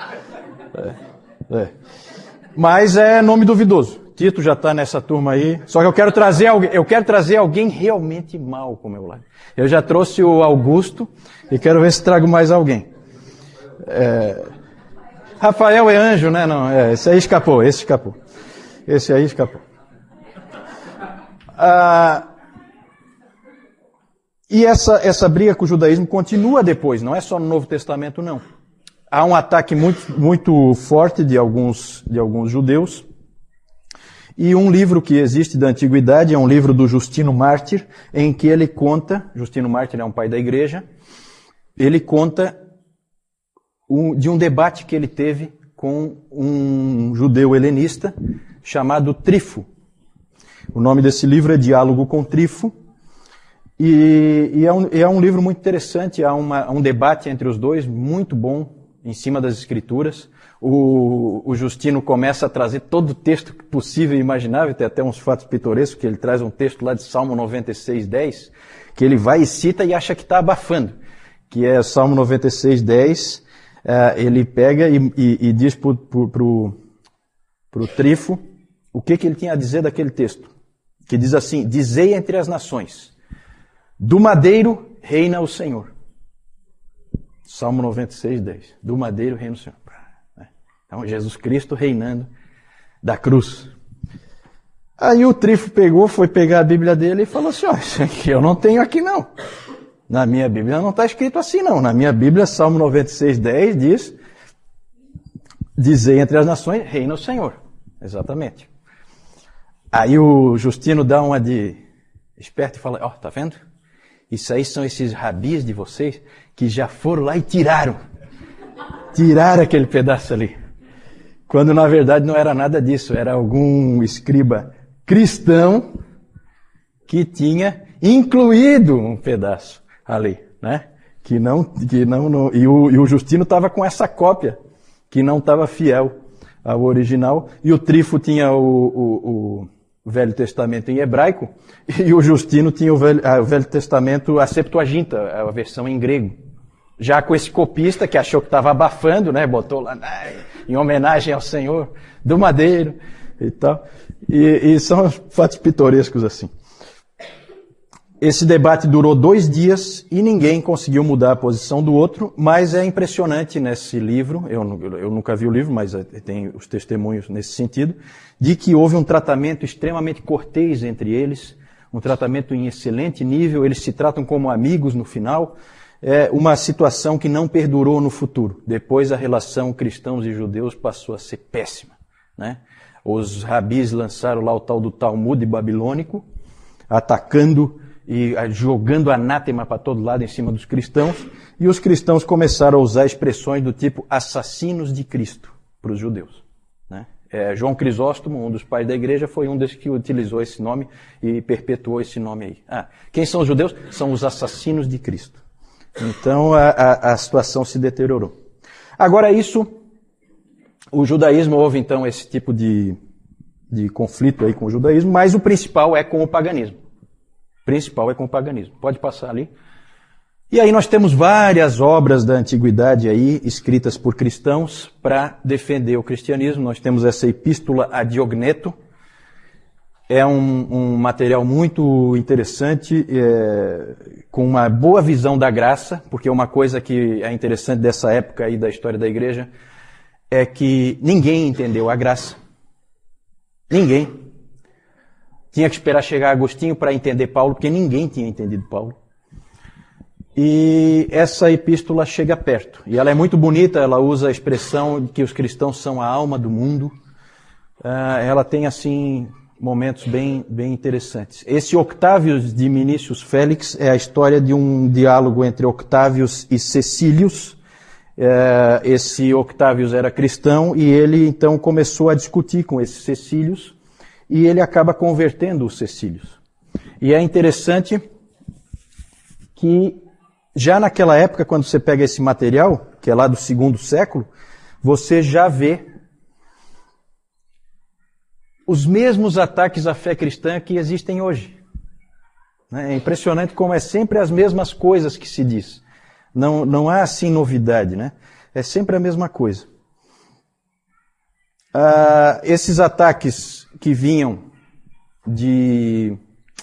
Mas é nome duvidoso. Tito já está nessa turma aí. Só que eu quero trazer alguém realmente mau para o meu lado. Eu já trouxe o Augusto e quero ver se trago mais alguém. Rafael é anjo, né? Não, esse aí escapou. Esse aí escapou. E essa briga com o judaísmo continua depois, não é só no Novo Testamento, não. Há um ataque muito forte de alguns judeus. E um livro que existe da antiguidade é um livro do Justino Mártir, em que ele conta, Justino Mártir é um pai da igreja, ele conta de um debate que ele teve com um judeu helenista chamado Trifo. O nome desse livro é Diálogo com Trifo, e é um livro muito interessante, há um debate entre os dois, muito bom, em cima das escrituras. O Justino começa a trazer todo o texto possível e imaginável, tem até uns fatos pitorescos, que ele traz um texto lá de Salmo 96:10, que ele vai e cita e acha que está abafando, que é Salmo 96:10, ele pega e diz pro Trifo o que ele tinha a dizer daquele texto, que diz assim: dizei entre as nações, do madeiro reina o Senhor. Salmo 96:10, do madeiro reina o Senhor. Então, Jesus Cristo reinando da cruz. Aí o Trifo foi pegar a Bíblia dele e falou assim: isso aqui eu não tenho aqui não. Na minha Bíblia não está escrito assim não. Na minha Bíblia, Salmo 96:10 diz: dizei entre as nações, reina o Senhor. Exatamente. Aí o Justino dá uma de esperto e fala: tá vendo? Isso aí são esses rabis de vocês que já foram lá e tiraram aquele pedaço ali. Quando na verdade não era nada disso, era algum escriba cristão que tinha incluído um pedaço ali, né? E o Justino estava com essa cópia, que não estava fiel ao original, e o Trifo tinha o Velho Testamento em hebraico, e o Justino tinha o Velho Testamento, a Septuaginta, a versão em grego. Já com esse copista que achou que estava abafando, né? Botou lá em homenagem ao Senhor do madeiro e tal. E são fatos pitorescos assim. Esse debate durou 2 dias e ninguém conseguiu mudar a posição do outro, mas é impressionante nesse livro, eu nunca vi o livro, mas tem os testemunhos nesse sentido, de que houve um tratamento extremamente cortês entre eles, um tratamento em excelente nível, eles se tratam como amigos no final. É uma situação que não perdurou no futuro. Depois a relação cristãos e judeus passou a ser péssima, né? Os rabis lançaram lá o tal do Talmud babilônico, atacando e jogando anátema para todo lado em cima dos cristãos, e os cristãos começaram a usar expressões do tipo assassinos de Cristo para os judeus, né? João Crisóstomo, um dos pais da igreja, foi um desses que utilizou esse nome e perpetuou esse nome aí. Quem são os judeus? São os assassinos de Cristo. Então a situação se deteriorou. Agora o judaísmo, houve então esse tipo de conflito aí com o judaísmo, mas o principal é com o paganismo. Pode passar ali. E aí nós temos várias obras da antiguidade aí, escritas por cristãos para defender o cristianismo. Nós temos essa epístola a Diogneto. É um material muito interessante, com uma boa visão da graça, porque uma coisa que é interessante dessa época aí da história da igreja é que ninguém entendeu a graça. Ninguém. Tinha que esperar chegar Agostinho para entender Paulo, porque ninguém tinha entendido Paulo. E essa epístola chega perto. E ela é muito bonita, ela usa a expressão de que os cristãos são a alma do mundo. Ela tem, assim, momentos bem interessantes. Esse Octávios de Minícius Félix é a história de um diálogo entre Octávios e Cecílius. Esse Octávios era cristão e ele então começou a discutir com esse Cecílius e ele acaba convertendo os Cecílius. E é interessante que já naquela época, quando você pega esse material, que é lá do 2º século, você já vê os mesmos ataques à fé cristã que existem hoje. É impressionante como é sempre as mesmas coisas que se diz. Não há assim novidade, né? É sempre a mesma coisa. Esses ataques que vinham de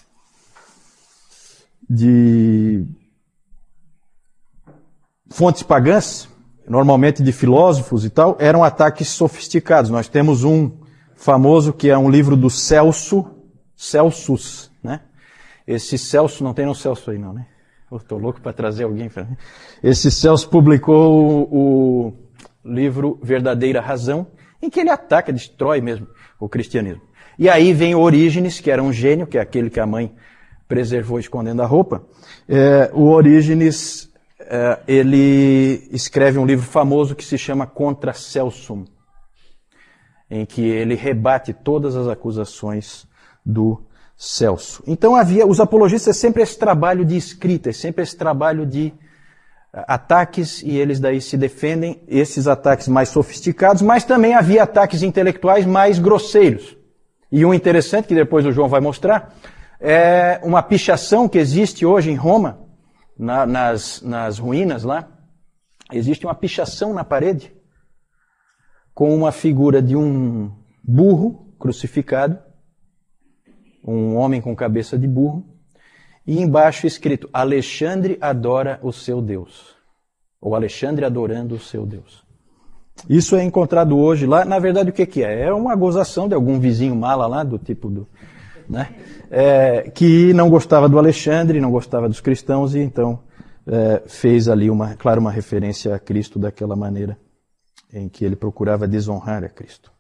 fontes pagãs, normalmente de filósofos e tal, eram ataques sofisticados. Nós temos um famoso que é um livro do Celsus, né? Esse Celso, não tem no Celso aí não, né? Estou louco para trazer alguém para mim. Esse Celso publicou o livro Verdadeira Razão, em que ele ataca, destrói mesmo o cristianismo. E aí vem Orígenes, que era um gênio, que é aquele que a mãe preservou escondendo a roupa. O Orígenes, ele escreve um livro famoso que se chama Contra Celsum, em que ele rebate todas as acusações do Celso. Então os apologistas sempre esse trabalho de escrita, sempre esse trabalho de ataques, e eles daí se defendem, esses ataques mais sofisticados, mas também havia ataques intelectuais mais grosseiros. E um interessante, que depois o João vai mostrar, é uma pichação que existe hoje em Roma, nas ruínas lá, existe uma pichação na parede, com uma figura de um burro crucificado, um homem com cabeça de burro, e embaixo escrito, Alexandre adora o seu Deus. Ou Alexandre adorando o seu Deus. Isso é encontrado hoje lá. Na verdade, o que é? É uma gozação de algum vizinho mala lá, do tipo do... né? Que não gostava do Alexandre, não gostava dos cristãos, e então fez ali, uma referência a Cristo daquela maneira em que ele procurava desonrar a Cristo.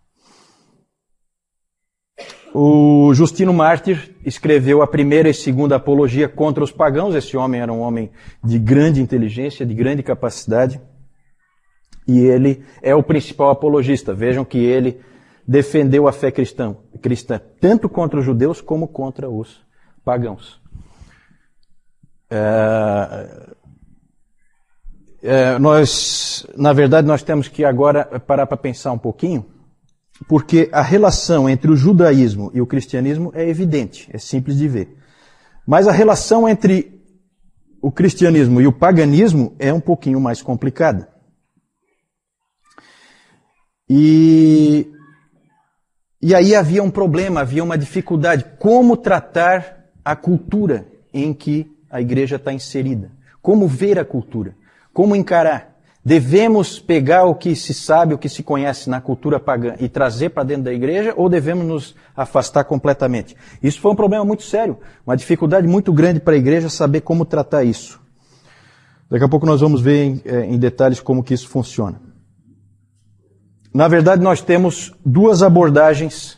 O Justino Mártir escreveu a primeira e segunda apologia contra os pagãos. Esse homem era um homem de grande inteligência, de grande capacidade, e ele é o principal apologista. Vejam que ele defendeu a fé cristã tanto contra os judeus como contra os pagãos. Na verdade, nós temos que agora parar para pensar um pouquinho, porque a relação entre o judaísmo e o cristianismo é evidente, é simples de ver. Mas a relação entre o cristianismo e o paganismo é um pouquinho mais complicada. E aí havia um problema, havia uma dificuldade. Como tratar a cultura em que a igreja está inserida? Como ver a cultura? Como encarar? Devemos pegar o que se sabe, o que se conhece na cultura pagã e trazer para dentro da igreja, ou devemos nos afastar completamente? Isso foi um problema muito sério, uma dificuldade muito grande para a igreja saber como tratar isso. Daqui a pouco nós vamos ver em detalhes como que isso funciona. Na verdade, nós temos duas abordagens,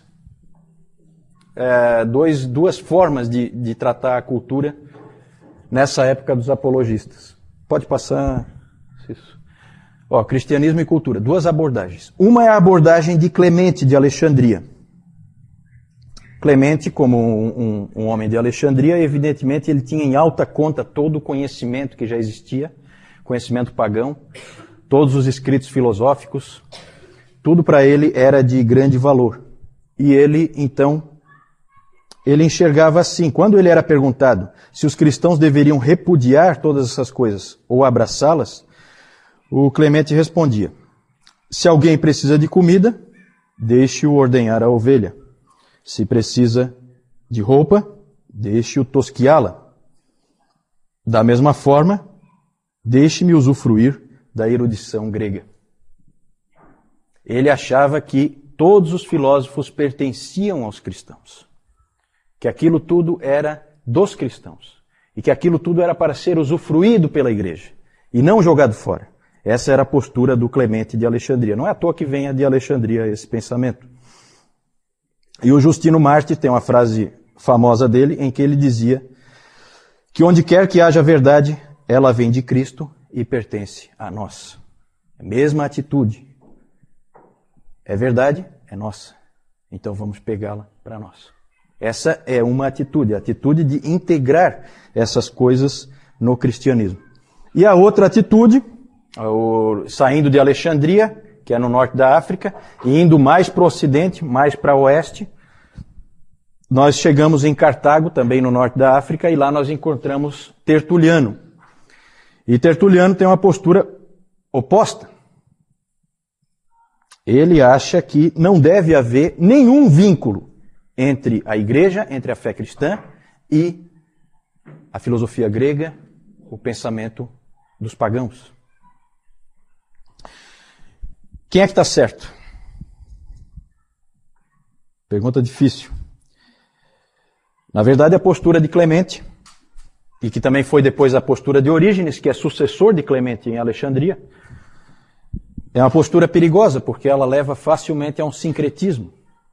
duas formas de tratar a cultura nessa época dos apologistas. Pode passar isso. Cristianismo e cultura, duas abordagens. Uma é a abordagem de Clemente de Alexandria. Clemente, como um homem de Alexandria, evidentemente ele tinha em alta conta todo o conhecimento que já existia, conhecimento pagão, todos os escritos filosóficos, tudo para ele era de grande valor. E ele, então, ele enxergava assim, quando ele era perguntado se os cristãos deveriam repudiar todas essas coisas ou abraçá-las, o Clemente respondia, se alguém precisa de comida, deixe-o ordenhar a ovelha. Se precisa de roupa, deixe-o tosquiá-la. Da mesma forma, deixe-me usufruir da erudição grega. Ele achava que todos os filósofos pertenciam aos cristãos, que aquilo tudo era dos cristãos, e que aquilo tudo era para ser usufruído pela igreja, e não jogado fora. Essa era a postura do Clemente de Alexandria. Não é à toa que venha de Alexandria esse pensamento. E o Justino Mártir tem uma frase famosa dele, em que ele dizia que onde quer que haja verdade, ela vem de Cristo e pertence a nós. A mesma atitude. É verdade, é nossa. Então vamos pegá-la para nós. Essa é uma atitude, a atitude de integrar essas coisas no cristianismo. E a outra atitude, saindo de Alexandria, que é no norte da África, e indo mais para o ocidente, mais para o oeste, nós chegamos em Cartago, também no norte da África, e lá nós encontramos Tertuliano. E Tertuliano tem uma postura oposta. Ele acha que não deve haver nenhum vínculo entre a igreja, entre a fé cristã e a filosofia grega, o pensamento dos pagãos. Quem é que está certo? Pergunta difícil. Na verdade, a postura de Clemente, e que também foi depois a postura de Orígenes, que é sucessor de Clemente em Alexandria, é uma postura perigosa, porque ela leva facilmente a um sincretismo.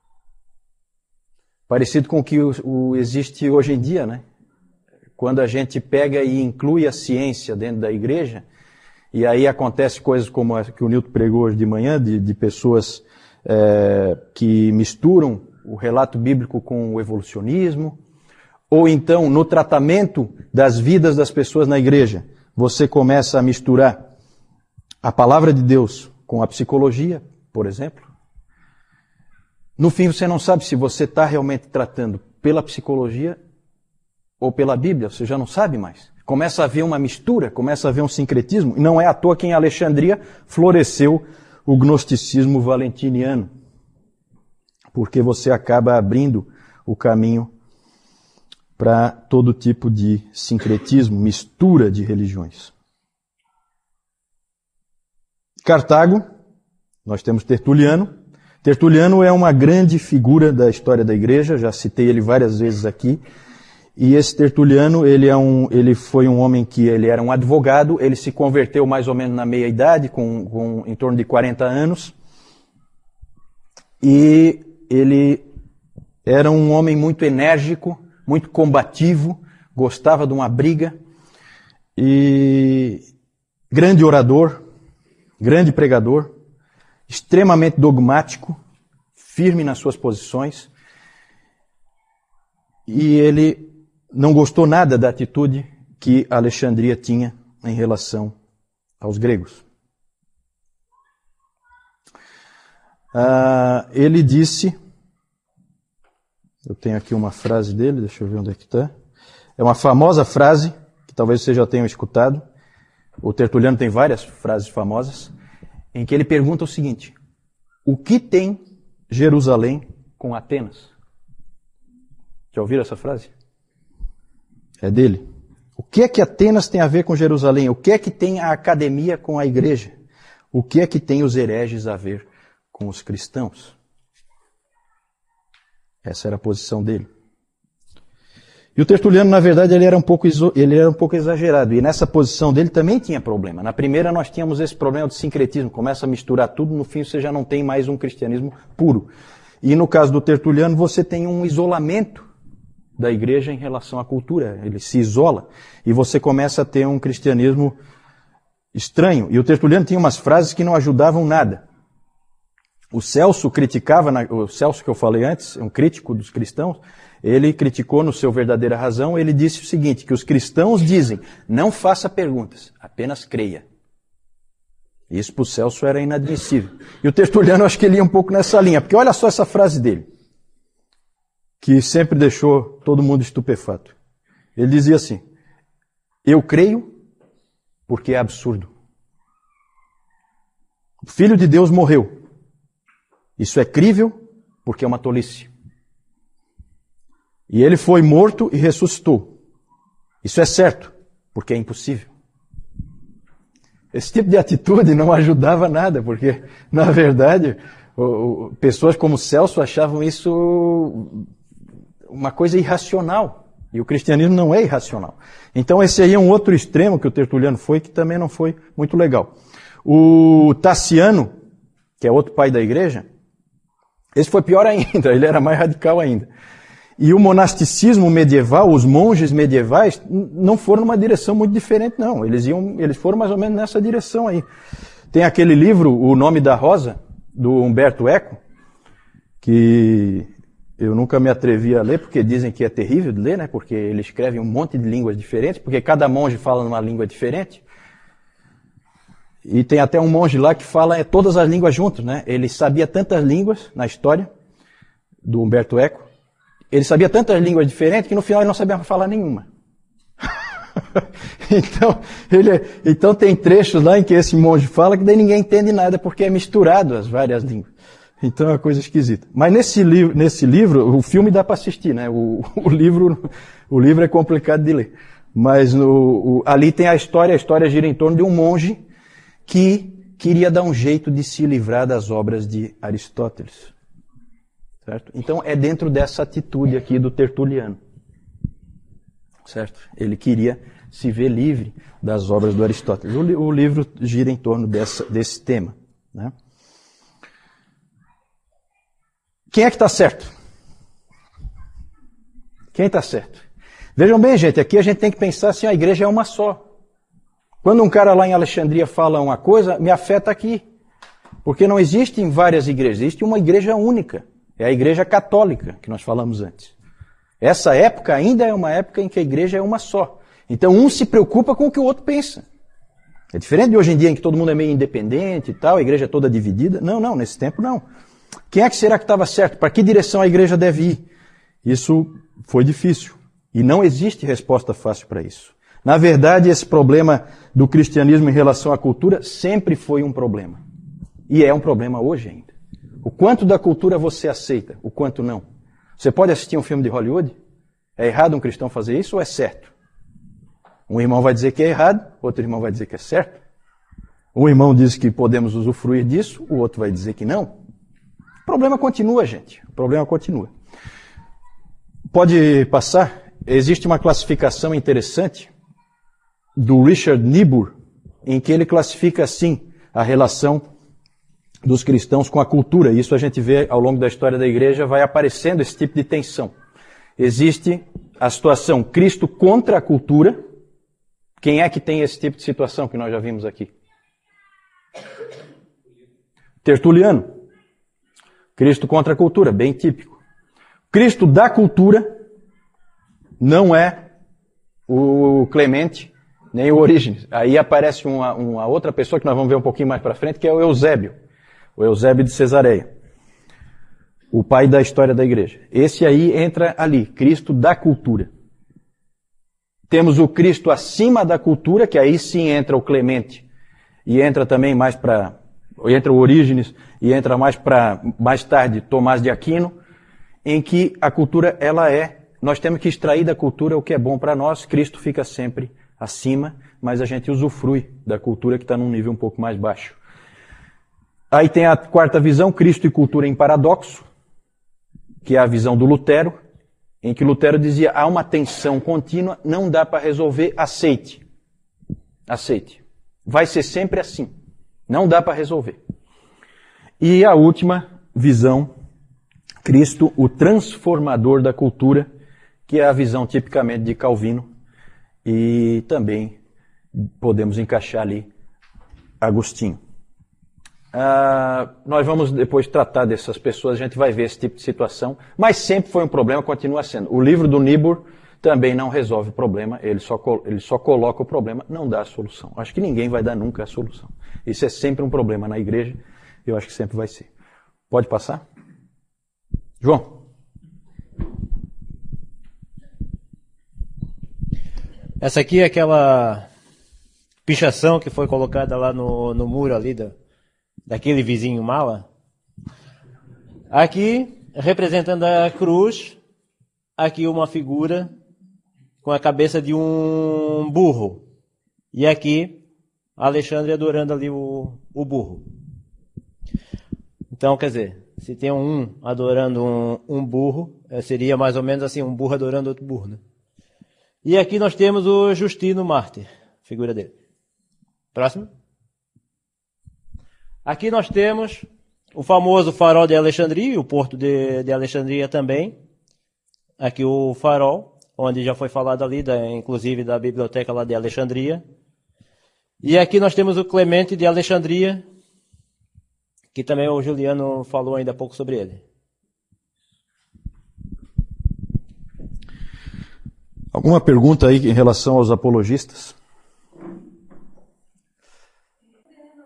Parecido com o que existe hoje em dia, né? Quando a gente pega e inclui a ciência dentro da igreja, e aí acontece coisas como a que o Nilton pregou hoje de manhã, de pessoas que misturam o relato bíblico com o evolucionismo, ou então no tratamento das vidas das pessoas na igreja, você começa a misturar a palavra de Deus com a psicologia, por exemplo. No fim você não sabe se você está realmente tratando pela psicologia ou pela Bíblia, você já não sabe mais. Começa a haver uma mistura, começa a haver um sincretismo, e não é à toa que em Alexandria floresceu o gnosticismo valentiniano, porque você acaba abrindo o caminho para todo tipo de sincretismo, mistura de religiões. Cartago, nós temos Tertuliano. Tertuliano é uma grande figura da história da igreja, já citei ele várias vezes aqui. E esse Tertuliano, ele foi um homem que ele era um advogado, ele se converteu mais ou menos na meia-idade, em torno de 40 anos. E ele era um homem muito enérgico, muito combativo, gostava de uma briga, e grande orador, grande pregador, extremamente dogmático, firme nas suas posições, e ele não gostou nada da atitude que Alexandria tinha em relação aos gregos. Ele disse, eu tenho aqui uma frase dele, deixa eu ver onde é que está. É uma famosa frase, que talvez vocês já tenham escutado. O Tertuliano tem várias frases famosas, em que ele pergunta o seguinte: o que tem Jerusalém com Atenas? Já ouviram essa frase? É dele. O que é que Atenas tem a ver com Jerusalém? O que é que tem a academia com a igreja? O que é que tem os hereges a ver com os cristãos? Essa era a posição dele. E o Tertuliano, na verdade, ele era um pouco exagerado. E nessa posição dele também tinha problema. Na primeira nós tínhamos esse problema de sincretismo. Começa a misturar tudo, no fim você já não tem mais um cristianismo puro. E no caso do Tertuliano, você tem um isolamento da igreja em relação à cultura. Ele se isola e você começa a ter um cristianismo estranho. E o Tertuliano tinha umas frases que não ajudavam nada. O Celso criticava, o Celso que eu falei antes, um crítico dos cristãos, ele criticou no seu Verdadeira Razão, ele disse o seguinte, que os cristãos dizem, não faça perguntas, apenas creia. Isso para o Celso era inadmissível. E o Tertuliano, acho que ele ia um pouco nessa linha, porque olha só essa frase dele, que sempre deixou todo mundo estupefato. Ele dizia assim, eu creio porque é absurdo. O Filho de Deus morreu. Isso é crível porque é uma tolice. E ele foi morto e ressuscitou. Isso é certo porque é impossível. Esse tipo de atitude não ajudava nada, porque, na verdade, pessoas como Celso achavam isso uma coisa irracional. E o cristianismo não é irracional. Então esse aí é um outro extremo que o Tertuliano foi, que também não foi muito legal. O Taciano, que é outro pai da igreja, esse foi pior ainda, ele era mais radical ainda. E o monasticismo medieval, os monges medievais, não foram numa direção muito diferente, não. Eles foram mais ou menos nessa direção aí. Tem aquele livro, O Nome da Rosa, do Humberto Eco, que eu nunca me atrevi a ler, porque dizem que é terrível de ler, né? Porque ele escreve um monte de línguas diferentes, porque cada monge fala numa língua diferente. E tem até um monge lá que fala todas as línguas juntas, né? Ele sabia tantas línguas na história do Humberto Eco. Ele sabia tantas línguas diferentes que no final ele não sabia falar nenhuma. Então tem trechos lá em que esse monge fala que daí ninguém entende nada porque é misturado as várias línguas. Então é uma coisa esquisita. Mas nesse livro, o filme dá para assistir, né? O livro é complicado de ler. Mas ali tem a história gira em torno de um monge que queria dar um jeito de se livrar das obras de Aristóteles. Certo? Então é dentro dessa atitude aqui do Tertuliano. Certo? Ele queria se ver livre das obras do Aristóteles. O livro gira em torno desse tema. Né? Quem é que está certo? Quem está certo? Vejam bem, gente, aqui a gente tem que pensar assim, a igreja é uma só. Quando um cara lá em Alexandria fala uma coisa, me afeta aqui. Porque não existem várias igrejas, existe uma igreja única. É a igreja católica, que nós falamos antes. Essa época ainda é uma época em que a igreja é uma só. Então um se preocupa com o que o outro pensa. É diferente de hoje em dia em que todo mundo é meio independente e tal, a igreja é toda dividida. Não, nesse tempo não. Quem é que será que estava certo? Para que direção a igreja deve ir? Isso foi difícil. E não existe resposta fácil para isso. Na verdade, esse problema do cristianismo em relação à cultura sempre foi um problema. E é um problema hoje ainda. O quanto da cultura você aceita, o quanto não. Você pode assistir um filme de Hollywood? É errado um cristão fazer isso ou é certo? Um irmão vai dizer que é errado, outro irmão vai dizer que é certo. Um irmão diz que podemos usufruir disso, o outro vai dizer que não. O problema continua, gente. O problema continua. Pode passar? Existe uma classificação interessante do Richard Niebuhr, em que ele classifica assim a relação dos cristãos com a cultura. Isso a gente vê ao longo da história da igreja, vai aparecendo esse tipo de tensão. Existe a situação Cristo contra a cultura. Quem é que tem esse tipo de situação que nós já vimos aqui? Tertuliano. Cristo contra a cultura, bem típico. Cristo da cultura não é o Clemente, nem o Orígenes. Aí aparece uma outra pessoa que nós vamos ver um pouquinho mais para frente, que é o Eusébio. O Eusébio de Cesareia. O pai da história da igreja. Esse aí entra ali, Cristo da cultura. Temos o Cristo acima da cultura, que aí sim entra o Clemente. E entra também mais para... Entra o Orígenes e entra mais tarde Tomás de Aquino, em que a cultura, nós temos que extrair da cultura o que é bom para nós. Cristo fica sempre acima, mas a gente usufrui da cultura que está num nível um pouco mais baixo. Aí tem a quarta visão, Cristo e cultura em paradoxo, que é a visão do Lutero, em que Lutero dizia, há uma tensão contínua, não dá para resolver, aceite. Aceite. Vai ser sempre assim. Não dá para resolver. E a última visão, Cristo, o transformador da cultura, que é a visão tipicamente de Calvino, e também podemos encaixar ali Agostinho. Nós vamos depois tratar dessas pessoas, a gente vai ver esse tipo de situação, mas sempre foi um problema, continua sendo. O livro do Niebuhr também não resolve o problema, ele só coloca o problema, não dá a solução. Acho que ninguém vai dar nunca a solução. Isso é sempre um problema na igreja, eu acho que sempre vai ser. Pode passar? João. Essa aqui é aquela pichação que foi colocada lá no muro ali daquele vizinho mala. Aqui, representando a cruz, aqui uma figura com a cabeça de um burro. E aqui, Alexandre adorando ali o burro. Então, quer dizer, se tem um adorando um burro, seria mais ou menos assim, um burro adorando outro burro, né? E aqui nós temos o Justino Mártir, figura dele. Próximo. Aqui nós temos o famoso farol de Alexandria, o porto de Alexandria também. Aqui o farol, onde já foi falado ali, inclusive da biblioteca lá de Alexandria. E aqui nós temos o Clemente de Alexandria, que também o Juliano falou ainda há pouco sobre ele. Alguma pergunta aí em relação aos apologistas?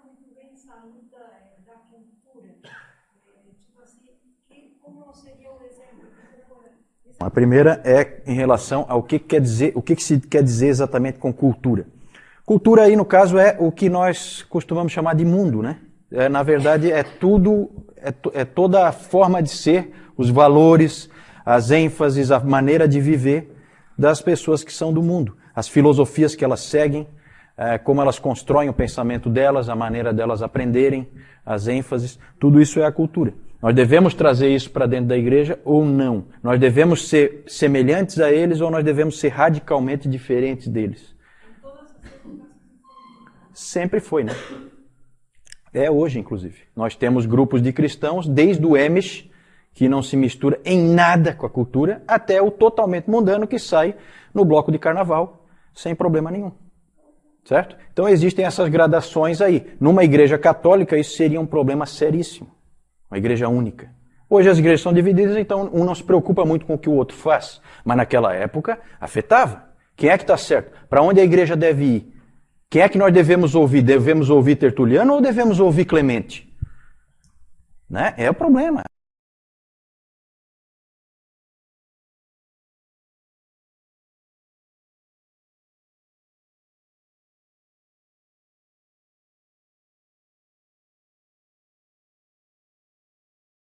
A primeira é em relação ao que quer dizer, o que se quer dizer exatamente com cultura. Cultura aí, no caso, é o que nós costumamos chamar de mundo, né? Na verdade, é tudo, é toda a forma de ser, os valores, as ênfases, a maneira de viver das pessoas que são do mundo. As filosofias que elas seguem, como elas constroem o pensamento delas, a maneira delas aprenderem, as ênfases, tudo isso é a cultura. Nós devemos trazer isso para dentro da igreja ou não? Nós devemos ser semelhantes a eles ou nós devemos ser radicalmente diferentes deles? Sempre foi, né? É hoje, inclusive. Nós temos grupos de cristãos, desde o Amish, que não se mistura em nada com a cultura, até o totalmente mundano que sai no bloco de carnaval, sem problema nenhum. Certo? Então existem essas gradações aí. Numa igreja católica, isso seria um problema seríssimo. Uma igreja única. Hoje as igrejas são divididas, então um não se preocupa muito com o que o outro faz. Mas naquela época, afetava. Quem é que está certo? Para onde a igreja deve ir? Quem é que nós devemos ouvir? Devemos ouvir Tertuliano ou devemos ouvir Clemente? Né? É o problema.